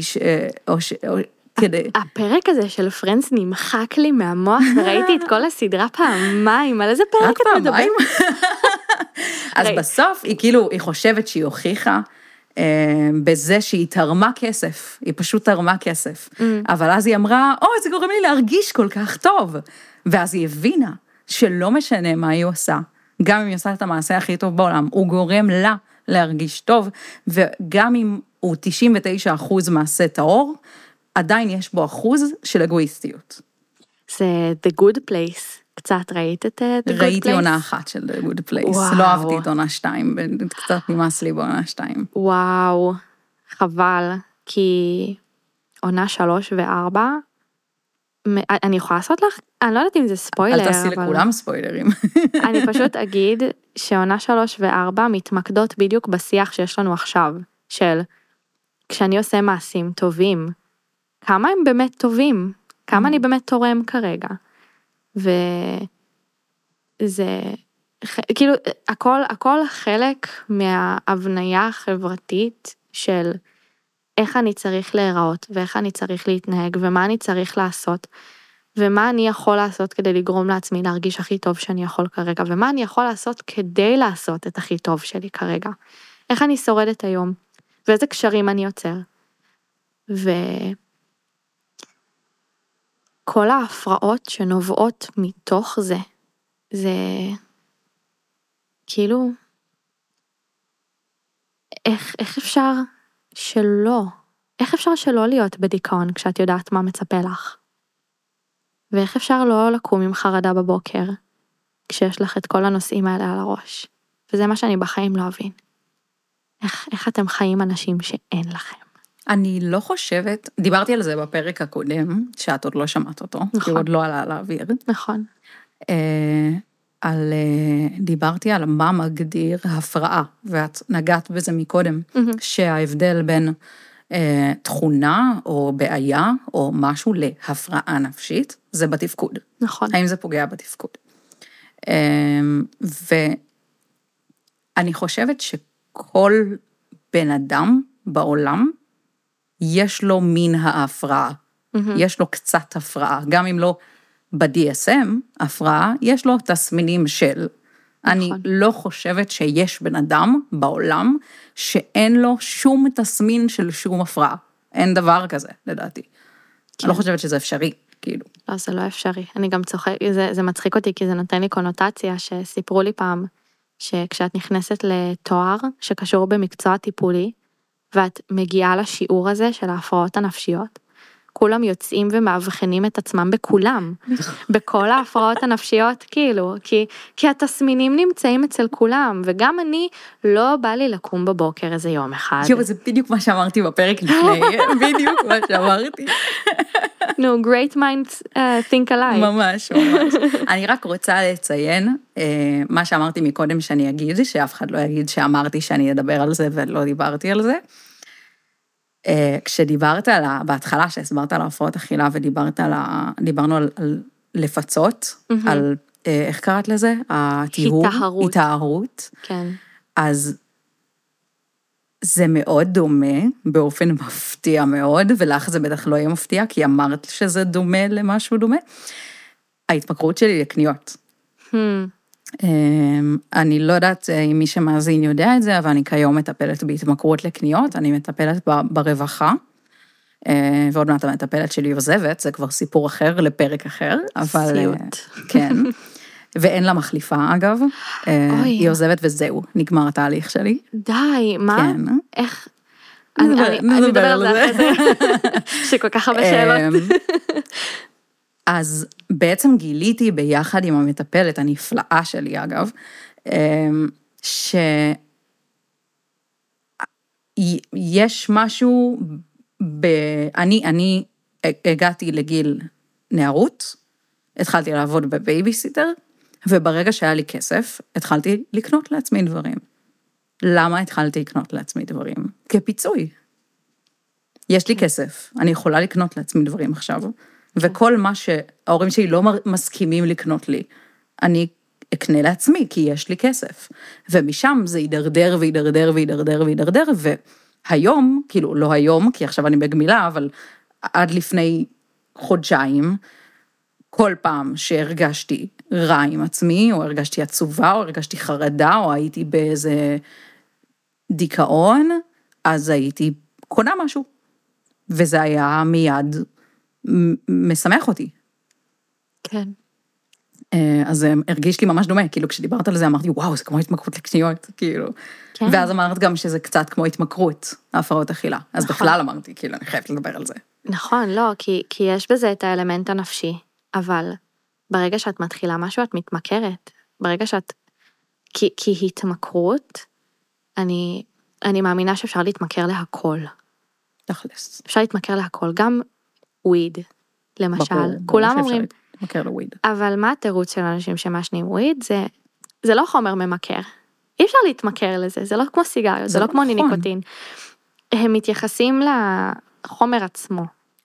הפרק הזה של פרנדס נמחק לי מהמוח, וראיתי את כל הסדרה פעמיים, על איזה פרק את מדברת? אז בסוף היא חושבת שהיא הוכיחה, בזה שהיא תרמה כסף, היא פשוט תרמה כסף, אבל אז היא אמרה, זה גורם לי להרגיש כל כך טוב, ואז היא הבינה שלא משנה מה היא עושה, גם אם היא עושה את המעשה הכי טוב בעולם, הוא גורם לה להרגיש טוב, וגם אם הוא 99% מעשה טהור, עדיין יש בו אחוז של אגואיסטיות. זה The Good Place, קצת ראית את The Good Place? ראיתי עונה אחת של The Good Place, לא אהבתי את עונה 2, קצת נמאס לי בעונה 2. וואו, חבל, כי עונה 3 ו4, אני יכולה לעשות לך, אני לא יודעת אם זה ספוילר, אל תעשי לכולם ספוילרים. אני פשוט אגיד שעונה 3 ו4 מתמקדות בדיוק בשיח שיש לנו עכשיו, של כשאני עושה מעשים טובים, כמה הם באמת טובים, כמה אני באמת תורם כרגע, וזה, כאילו, הכל חלק מההבניה החברתית של איך אני צריך להיראות, ואיך אני צריך להתנהג, ומה אני צריך לעשות, ומה אני יכול לעשות כדי לגרום לעצמי להרגיש הכי טוב שאני יכול כרגע, ומה אני יכול לעשות כדי לעשות את הכי טוב שלי כרגע. איך אני שורדת היום, ואיזה קשרים אני יוצר. וכל ההפרעות שנובעות מתוך זה, זה כאילו, איך אפשר שלא, איך אפשר שלא להיות בדיכאון כשאת יודעת מה מצפה לך? ואיך אפשר לא לקום עם חרדה בבוקר, כשיש לך את כל הנושאים האלה על הראש? וזה מה שאני בחיים לא אבין. איך אתם חיים אנשים שאין לכם? אני לא חושבת, דיברתי על זה בפרק הקודם, שאת עוד לא שמעת אותו, נכון. כי הוא עוד לא עלה לאוויר. נכון. דיברתי על מה מגדיר הפרעה, ואת נגעת בזה מקודם, שההבדל בין תכונה או בעיה או משהו להפרעה נפשית, זה בתפקוד. נכון. האם זה פוגע בתפקוד? ואני חושבת שכל בן אדם בעולם, יש לו מין ההפרעה, יש לו קצת הפרעה, גם אם לא ב-DSM, הפרעה, יש לו תסמינים של. אני לא חושבת שיש בן אדם בעולם שאין לו שום תסמין של שום הפרעה. אין דבר כזה, לדעתי. אני לא חושבת שזה אפשרי, כאילו. לא, זה לא אפשרי. אני גם צוחק, זה מצחיק אותי, כי זה נותן לי קונוטציה שסיפרו לי פעם, שכשאת נכנסת לתואר שקשור במקצוע טיפולי, ואת מגיעה לשיעור הזה של ההפרעות הנפשיות, כולם יוצאים ומאבחנים את עצמם בכולם, בכל ההפרעות הנפשיות, כאילו, כי התסמינים נמצאים אצל כולם, וגם אני, לא בא לי לקום בבוקר איזה יום אחד. יו, זה בדיוק מה שאמרתי בפרק לפני, בדיוק מה שאמרתי. No, great minds think alike. ממש, ממש. אני רק רוצה לציין, מה שאמרתי מקודם שאני אגיד, שאף אחד לא יגיד שאמרתי שאני אדבר על זה ולא דיברתי על זה. כשדיברת בהתחלה, שהסברת על ההפרעות אכילה, ודיברנו על לפצות, על, איך קראת לזה? התאהרות. כן. אז זה מאוד דומה, באופן מפתיע מאוד, ולך זה בטח לא יהיה מפתיע, כי אמרת שזה דומה למשהו דומה. ההתמכרות שלי לקניות. אני לא יודעת אם מי שמאזין יודע את זה, אבל אני כיום מטפלת בהתמכרות לקניות, אני מטפלת ברווחה, ועוד מעט המטפלת שלי עוזבת, זה כבר סיפור אחר לפרק אחר, אבל... סיוט. כן, ואין לה מחליפה אגב, היא עוזבת וזהו, נגמר התהליך שלי. די, מה? כן. איך? אני מדבר על זה אחרי זה, שכל כך הרבה שאלות. אז בעצם גיליתי ביחד עם המטפלת הנפלאה שלי, אגב, שיש משהו, אני הגעתי לגיל נערות, התחלתי לעבוד בבייביסיטר, וברגע שהיה לי כסף, התחלתי לקנות לעצמי דברים. למה התחלתי לקנות לעצמי דברים? כפיצוי. יש לי כסף, אני יכולה לקנות לעצמי דברים עכשיו, וכל מה שההורים שלי לא מסכימים לקנות לי, אני אקנה לעצמי, כי יש לי כסף. ומשם זה יידרדר וידרדר וידרדר וידרדר, והיום, כאילו לא היום, כי עכשיו אני בגמילה, אבל עד לפני חודשיים, כל פעם שהרגשתי רע עם עצמי, או הרגשתי עצובה, או הרגשתי חרדה, או הייתי באיזה דיכאון, אז הייתי קונה משהו. וזה היה מיד משמח אותי. כן. אז זה הרגיש לי ממש דומה, כאילו כשדיברת על זה אמרתי, וואו, זה כמו התמכרות לקניות, כאילו. כן. ואז אמרת גם שזה קצת כמו התמכרות, ההפרעות אכילה. אז נכון. בכלל אמרתי, כאילו, אני חייבת לדבר על זה. נכון, לא, כי יש בזה את האלמנט הנפשי, אבל ברגע שאת מתחילה משהו, את מתמכרת. ברגע שאת, כי התמכרות, אני מאמינה שאפשר להתמכר להכל. תכלס. אפשר להתמכר להכל, גם וויד, למשל. כולם אומרים, מתמכר לוויד. אבל מה התירוץ של אנשים שמעשנים וויד? זה לא חומר ממכר. אי אפשר להתמכר לזה, זה לא כמו סיגריות, זה לא כמו ניקוטין. הם מתייחסים לחומר עצמו.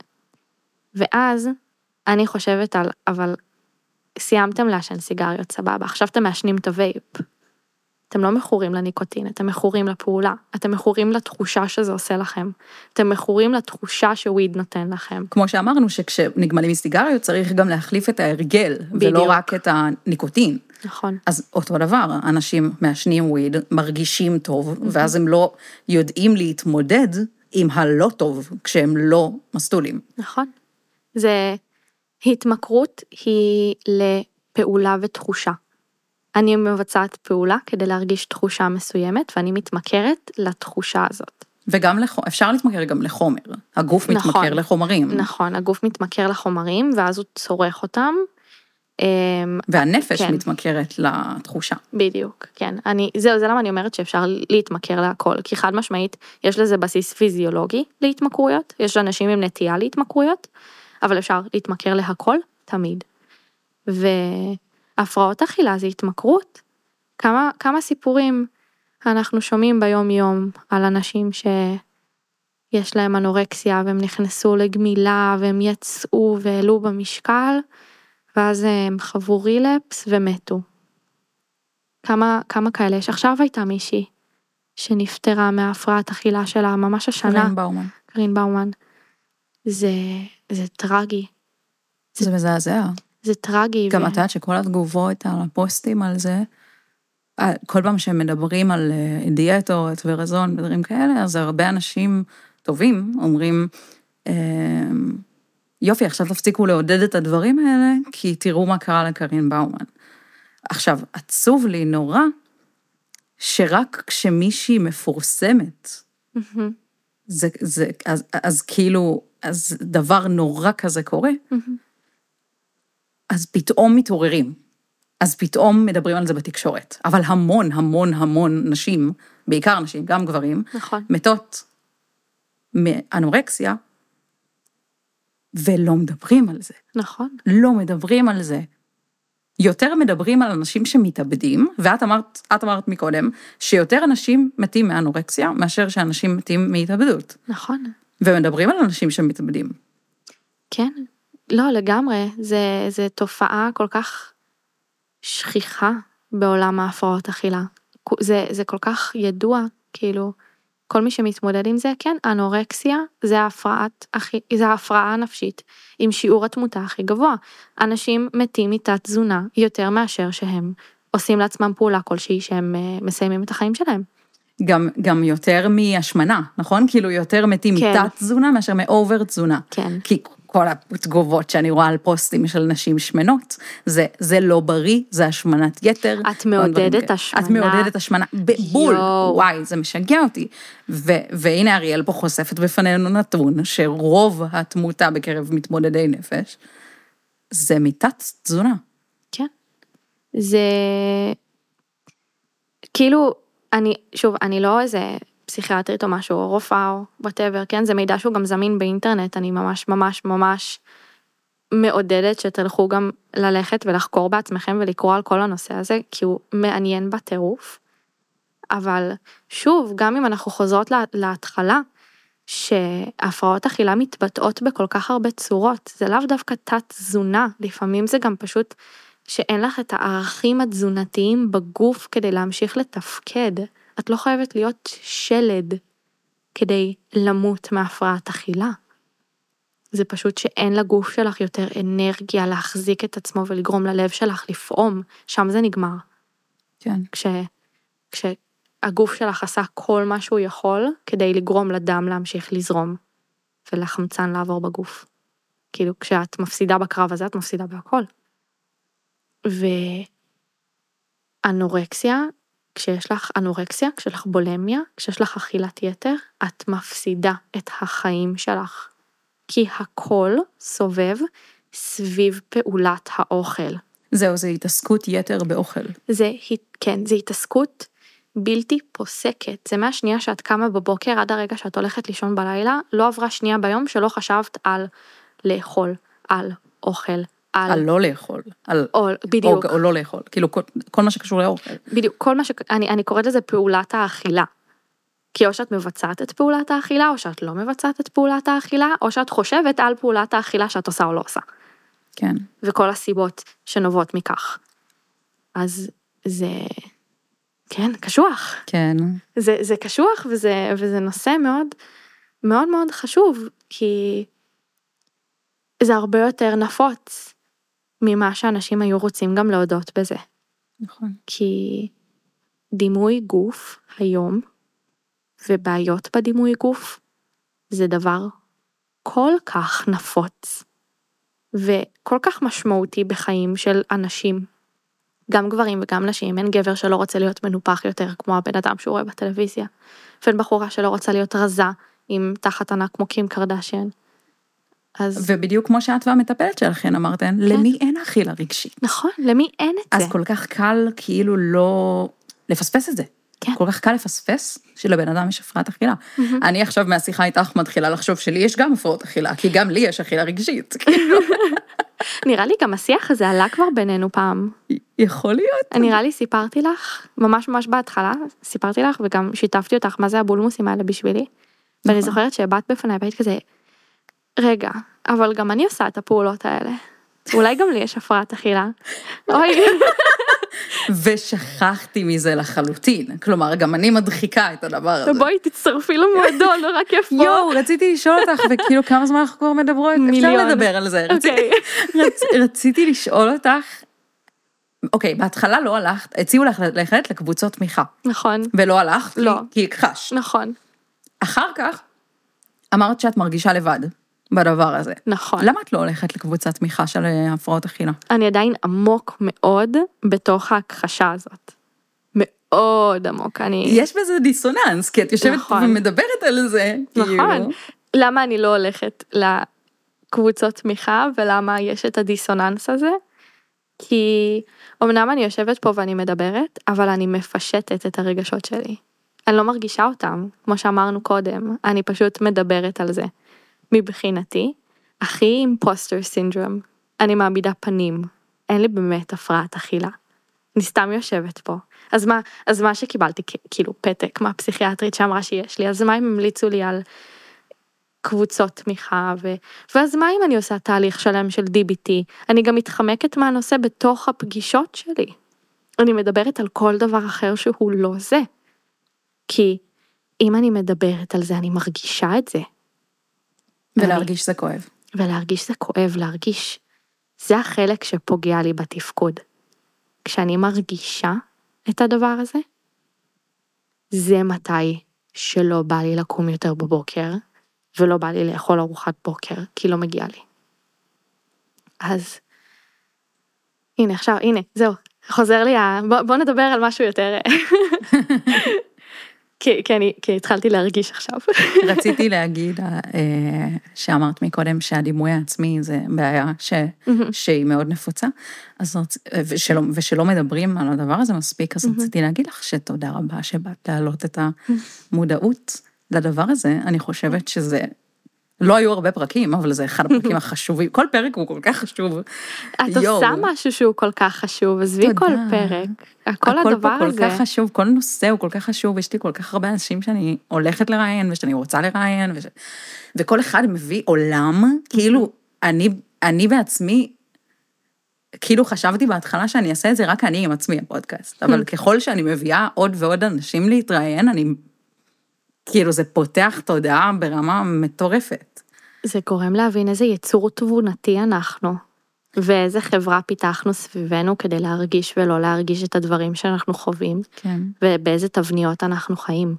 ואז אני חושבת על, אבל סיימתם לעשן סיגריות, סבבה, עכשיו אתם מעשנים את הווייפ. אתם לא מכורים לניקוטין, אתם מכורים לפעולה, אתם מכורים לתחושה שזה עושה לכם, אתם מכורים לתחושה שוויד נותן לכם. כמו שאמרנו, שכשנגמלים מסיגריות צריך גם להחליף את ההרגל, בדיוק. ולא רק את הניקוטין. נכון. אז אותו דבר, אנשים מעשנים וויד, מרגישים טוב, ואז הם לא יודעים להתמודד עם הלא טוב, כשהם לא מסטולים. נכון. זה התמכרות היא לפעולה ותחושה. אני מבצעת פעולה כדי להרגיש תחושה מסוימת, ואני מתמכרת לתחושה הזאת. וגם אפשר להתמכר גם לחומר. הגוף מתמכר לחומרים. נכון, הגוף מתמכר לחומרים, ואז הוא צורך אותם. והנפש מתמכרת לתחושה. בדיוק, כן. זה למה אני אומרת שאפשר להתמכר להכל, כי חד משמעית, יש לזה בסיס פיזיולוגי להתמכרויות, יש אנשים עם נטייה להתמכרויות, אבל אפשר להתמכר להכל תמיד. הפרעות אכילה זה התמכרות. כמה סיפורים אנחנו שומעים ביום יום על אנשים שיש להם אנורקסיה והם נכנסו לגמילה והם יצאו והעלו במשקל ואז הם חוו רילפס ומתו. כמה כאלה יש? עכשיו הייתה מישהי שנפטרה מהפרעת אכילה שלה ממש השנה. קרין באומן. זה טרגי. זה מזעזע. זה טרגי. גם אתה יודעת שכל התגובות על הפוסטים על זה, כל פעם שהם מדברים על דיאטות ורזון ודברים כאלה, אז הרבה אנשים טובים אומרים, יופי, עכשיו תפסיקו לעודד את הדברים האלה, כי תראו מה קרה לקרין באומן. עכשיו, עצוב לי נורא, שרק כשמישהי מפורסמת, אז כאילו, אז דבר נורא כזה קורה, אז פתאום מתעוררים, אז פתאום מדברים על זה בתקשורת, אבל המון, המון, המון נשים, בעיקר נשים, גם גברים, נכון. מתות מאנורקסיה, ולא מדברים על זה. נכון. לא מדברים על זה. יותר מדברים על אנשים שמתאבדים, ואת אמרת מקודם, שיותר אנשים מתים מאנורקסיה, מאשר שאנשים מתים מהתאבדות. נכון. ומדברים על אנשים שמתאבדים. כן, לא, לגמרי, זה תופעה כל כך שכיחה בעולם ההפרעות אכילה. זה כל כך ידוע, כאילו, כל מי שמתמודד עם זה, כן, אנורקסיה זה ההפרעה הנפשית עם שיעור התמותה הכי גבוה. אנשים מתים מתת תזונה יותר מאשר שהם עושים לעצמם פעולה כלשהי שהם מסיימים את החיים שלהם. גם יותר מהשמנה, נכון? כאילו יותר מתים מתת תזונה מאשר מאובר תזונה. כן. כי כל התגובות שאני רואה על פוסטים של נשים שמנות, זה לא בריא, זה השמנת יתר. את מעודדת השמנה. את מעודדת השמנה, בול, וואי, זה משגע אותי. והנה אריאל פה חושפת בפנינו נתון, שרוב התמותה בקרב מתמודדי נפש, זה מתת תזונה. כן. זה, כאילו, אני לא איזה פסיכיאטרית או משהו, או רופאה או whatever, כן? זה מידע שהוא גם זמין באינטרנט, אני ממש מעודדת שתלכו גם ללכת ולחקור בעצמכם ולקרוא על כל הנושא הזה, כי הוא מעניין בטירוף. אבל שוב, גם אם אנחנו חוזרות להתחלה, שהפרעות אכילה מתבטאות בכל כך הרבה צורות, זה לאו דווקא תת תזונה, לפעמים זה גם פשוט שאין לך את הערכים התזונתיים בגוף כדי להמשיך לתפקד. את לא חייבת להיות שלד כדי למות מהפרעת אכילה. זה פשוט שאין לגוף שלך יותר אנרגיה להחזיק את עצמו ולגרום ללב שלך לפעום, שם זה נגמר. כן. כשהגוף שלך עשה כל מה שהוא יכול כדי לגרום לדם להמשיך לזרום ולחמצן לעבור בגוף. כאילו כשאת מפסידה בקרב הזה, את מפסידה בהכל. ואנורקסיה, כשיש לך בולמיה, כשיש לך אכילת יתר, את מפסידה את החיים שלך. כי הכל סובב סביב פעולת האוכל. זהו, זה התעסקות יתר באוכל. כן, זה התעסקות בלתי פוסקת. זה מהשנייה שאת קמה בבוקר עד הרגע שאת הולכת לישון בלילה, לא עברה שנייה ביום שלא חשבת על לאכול, על אוכל, על לא לאכול, בדיוק. או לא לאכול, כאילו כל מה שקשור לאוכל. בדיוק, אני קוראת לזה פעולת האכילה. כי או שאת מבצעת את פעולת האכילה, או שאת לא מבצעת את פעולת האכילה, או שאת חושבת על פעולת האכילה שאת עושה או לא עושה. כן. וכל הסיבות שנובעות מכך. אז זה, כן, קשוח. כן. זה קשוח, וזה נושא מאוד, מאוד מאוד חשוב, כי זה הרבה יותר נפוץ ממה שאנשים היו רוצים גם להודות בזה. נכון. כי דימוי גוף היום, ובעיות בדימוי גוף, זה דבר כל כך נפוץ, וכל כך משמעותי בחיים של אנשים, גם גברים וגם נשים. אין גבר שלא רוצה להיות מנופח יותר, כמו הבן אדם שהוא רואה בטלוויזיה, ואין בחורה שלא רוצה להיות רזה, עם תחת ענק כמו קים קרדשיין. ובדיוק כמו שאת והמטפלת שלכן אמרתן, למי אין אכילה רגשית? נכון, למי אין את זה? אז כל כך קל כאילו לא לפספס את זה. כן. כל כך קל לפספס שלבן אדם יש הפרעת אכילה. אני עכשיו מהשיחה איתך מתחילה לחשוב שלי יש גם הפרעות אכילה, כי גם לי יש אכילה רגשית. נראה לי גם השיח הזה עלה כבר בינינו פעם. יכול להיות. נראה לי סיפרתי לך, ממש בהתחלה, סיפרתי לך וגם שיתפתי אותך מה זה הבולמוסים האלה בשבילי. ואני זוכרת שבאת בפניי והיית כזה, רגע, אבל גם אני עושה את הפעולות האלה. אולי גם לי יש הפרעת אכילה. אוי. ושכחתי מזה לחלוטין. כלומר, גם אני מדחיקה את הדבר הזה. בואי תצטרפי למועדון, נורא כיף פה. רציתי לשאול אותך, וכאילו כמה זמן אנחנו כבר מדברות? אפשר לדבר על זה. רציתי לשאול אותך, אוקיי, בהתחלה לא הלכת, הציעו לך ללכת לקבוצות תמיכה. נכון. ולא הלכת, לא. כי הכחשת. נכון. אחר כך, אמרת שאת מרגישה לבד בדבר הזה. נכון. למה את לא הולכת לקבוצת תמיכה של הפרעות אכילה? אני עדיין עמוק מאוד בתוך ההכחשה הזאת. מאוד עמוק. יש בזה דיסוננס, כי את יושבת נכון. ומדברת על זה. נכון. כאילו. למה אני לא הולכת לקבוצות תמיכה, ולמה יש את הדיסוננס הזה? כי אמנם אני יושבת פה ואני מדברת, אבל אני מפשטת את הרגשות שלי. אני לא מרגישה אותם, כמו שאמרנו קודם, אני פשוט מדברת על זה. מבחינתי, הכי אימפוסטר סינדרום, אני פנים, אין לי באמת הפרעת אכילה. אני סתם יושבת פה. אז מה שקיבלתי, כאילו פתק מהפסיכיאטרית שאמרה שיש לי, אז מה הם המליצו לי על קבוצות תמיכה, ואז מה אם אני עושה תהליך שלם של DBT? אני גם מתחמקת מהנושא בתוך הפגישות שלי. אני מדברת על כל דבר אחר שהוא לא זה. כי אם אני מדברת על זה, אני מרגישה את זה. ולהרגיש זה כואב. ולהרגיש זה כואב, להרגיש, זה החלק שפוגע לי בתפקוד. כשאני מרגישה את הדבר הזה, זה מתי שלא בא לי לקום יותר בבוקר, ולא בא לי לאכול ארוחת בוקר, כי לא מגיע לי. אז, הנה עכשיו, הנה, זהו, חוזר לי, בוא נדבר על משהו יותר, כי התחלתי להרגיש עכשיו. רציתי להגיד שאמרת מקודם שהדימוי העצמי זה בעיה שהיא מאוד נפוצה, ושלא מדברים על הדבר הזה מספיק, אז רציתי להגיד לך שתודה רבה שבאת להעלות את המודעות לדבר הזה. אני חושבת שזה, לא היו הרבה פרקים, אבל זה אחד הפרקים החשובים, כל פרק הוא כל כך חשוב. את עושה משהו שהוא כל כך חשוב, עזבי כל פרק, כל הדבר הזה. הכל פה כל כך חשוב, כל נושא הוא כל כך חשוב, יש לי כל כך הרבה אנשים שאני הולכת לראיין, ושאני רוצה לראיין, וכל אחד מביא עולם, כאילו, אני בעצמי, כאילו חשבתי בהתחלה שאני אעשה את זה רק אני עם עצמי, הפודקאסט, אבל ככל שאני מביאה עוד ועוד אנשים להתראיין, כאילו זה פותח תודעה ברמה מטורפת. זה גורם להבין איזה יצור תבונתי אנחנו, ואיזה חברה פיתחנו סביבנו כדי להרגיש ולא להרגיש את הדברים שאנחנו חווים, כן. ובאיזה תבניות אנחנו חיים.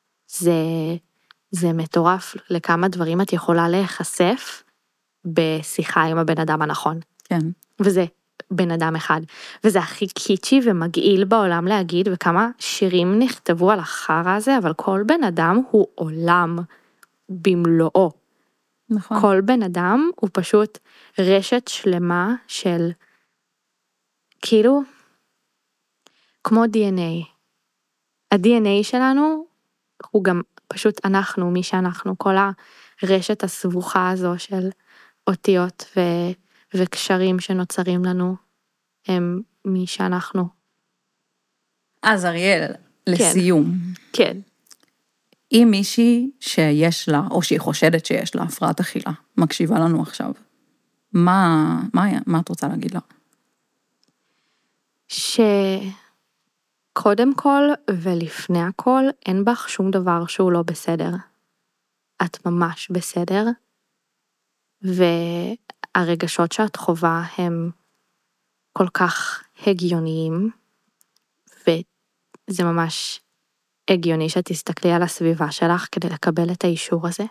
זה מטורף לכמה דברים את יכולה להיחשף בשיחה עם הבן אדם הנכון. כן. וזה בן אדם אחד. וזה הכי קיצ'י ומגעיל בעולם להגיד, וכמה שירים נכתבו על החרא הזה, אבל כל בן אדם הוא עולם במלואו. נכון. כל בן אדם הוא פשוט רשת שלמה של, כאילו, כמו DNA. ה-DNA שלנו הוא גם פשוט אנחנו, מי שאנחנו, כל הרשת הסבוכה הזו של אותיות וקשרים שנוצרים לנו, הם מי שאנחנו. אז אריאל, לסיום. כן. אם מישהי שיש לה, או שהיא חושדת שיש לה הפרעת אכילה, מקשיבה לנו עכשיו, מה את רוצה להגיד לה? שקודם כל ולפני הכל, אין בך שום דבר שהוא לא בסדר. את ממש בסדר, והרגשות שאת חובה הם כל כך הגיוניים, וזה ממש הגיוני שתסתכלי על הסביבה שלך כדי לקבל את האישור הזה,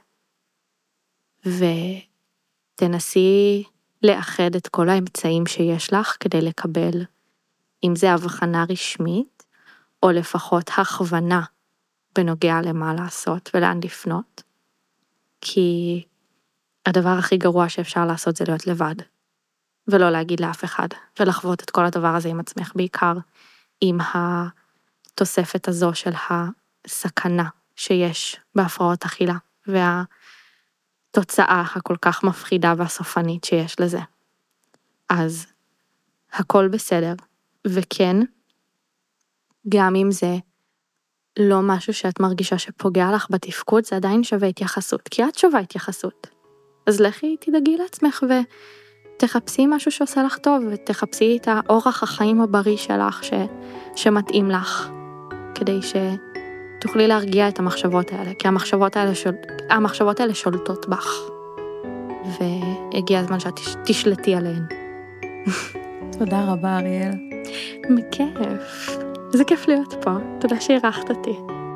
ותנסי לאחד את כל האמצעים שיש לך כדי לקבל, אם זה הבחנה רשמית, או לפחות הכוונה בנוגע למה לעשות ולאן לפנות, כי הדבר הכי גרוע שאפשר לעשות זה להיות לבד, ולא להגיד לאף אחד, ולחוות את כל הדבר הזה עם עצמך, בעיקר עם התוספת הזו של הסכנה שיש בהפרעות אכילה, והתוצאה הכל כך מפחידה והסופנית שיש לזה. אז הכל בסדר, וכן, גם אם זה לא משהו שאת מרגישה שפוגע לך בתפקוד, זה עדיין שווה התייחסות, כי את שווה התייחסות. אז לכי תדאגי לעצמך ותחפשי משהו שעושה לך טוב, ותחפשי את האורח החיים הבריא שלך שמתאים לך, כדי שתוכלי להרגיע את המחשבות האלה, כי המחשבות האלה שולטות בך, והגיע הזמן שאת תשלטי עליהן. תודה רבה אריאל. מכיף. זה כיף להיות פה. תודה שהירחת אותי.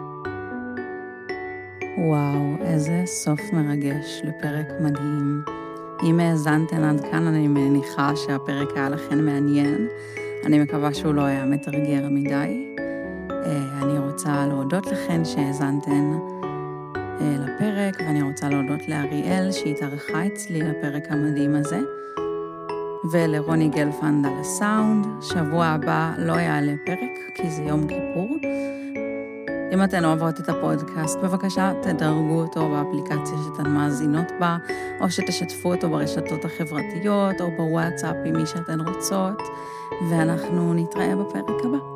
וואו, איזה סוף מרגש לפרק מדהים. אם האזנתן עד כאן, אני מניחה שהפרק היה לכן מעניין. אני מקווה שהוא לא היה מתרגר מדי. אני רוצה להודות לכן שהאזנתן לפרק, ואני רוצה להודות לאריאל שהתארחה אצלי לפרק המדהים הזה. ולרוני גלפנד על הסאונד. שבוע הבא לא יעלה פרק, כי זה יום כיפור. אם אתן אוהבות את הפודקאסט, בבקשה תדרגו אותו באפליקציה שאתן מאזינות בה, או שתשתפו אותו ברשתות החברתיות, או בוואטסאפ עם מי שאתן רוצות, ואנחנו נתראה בפרק הבא.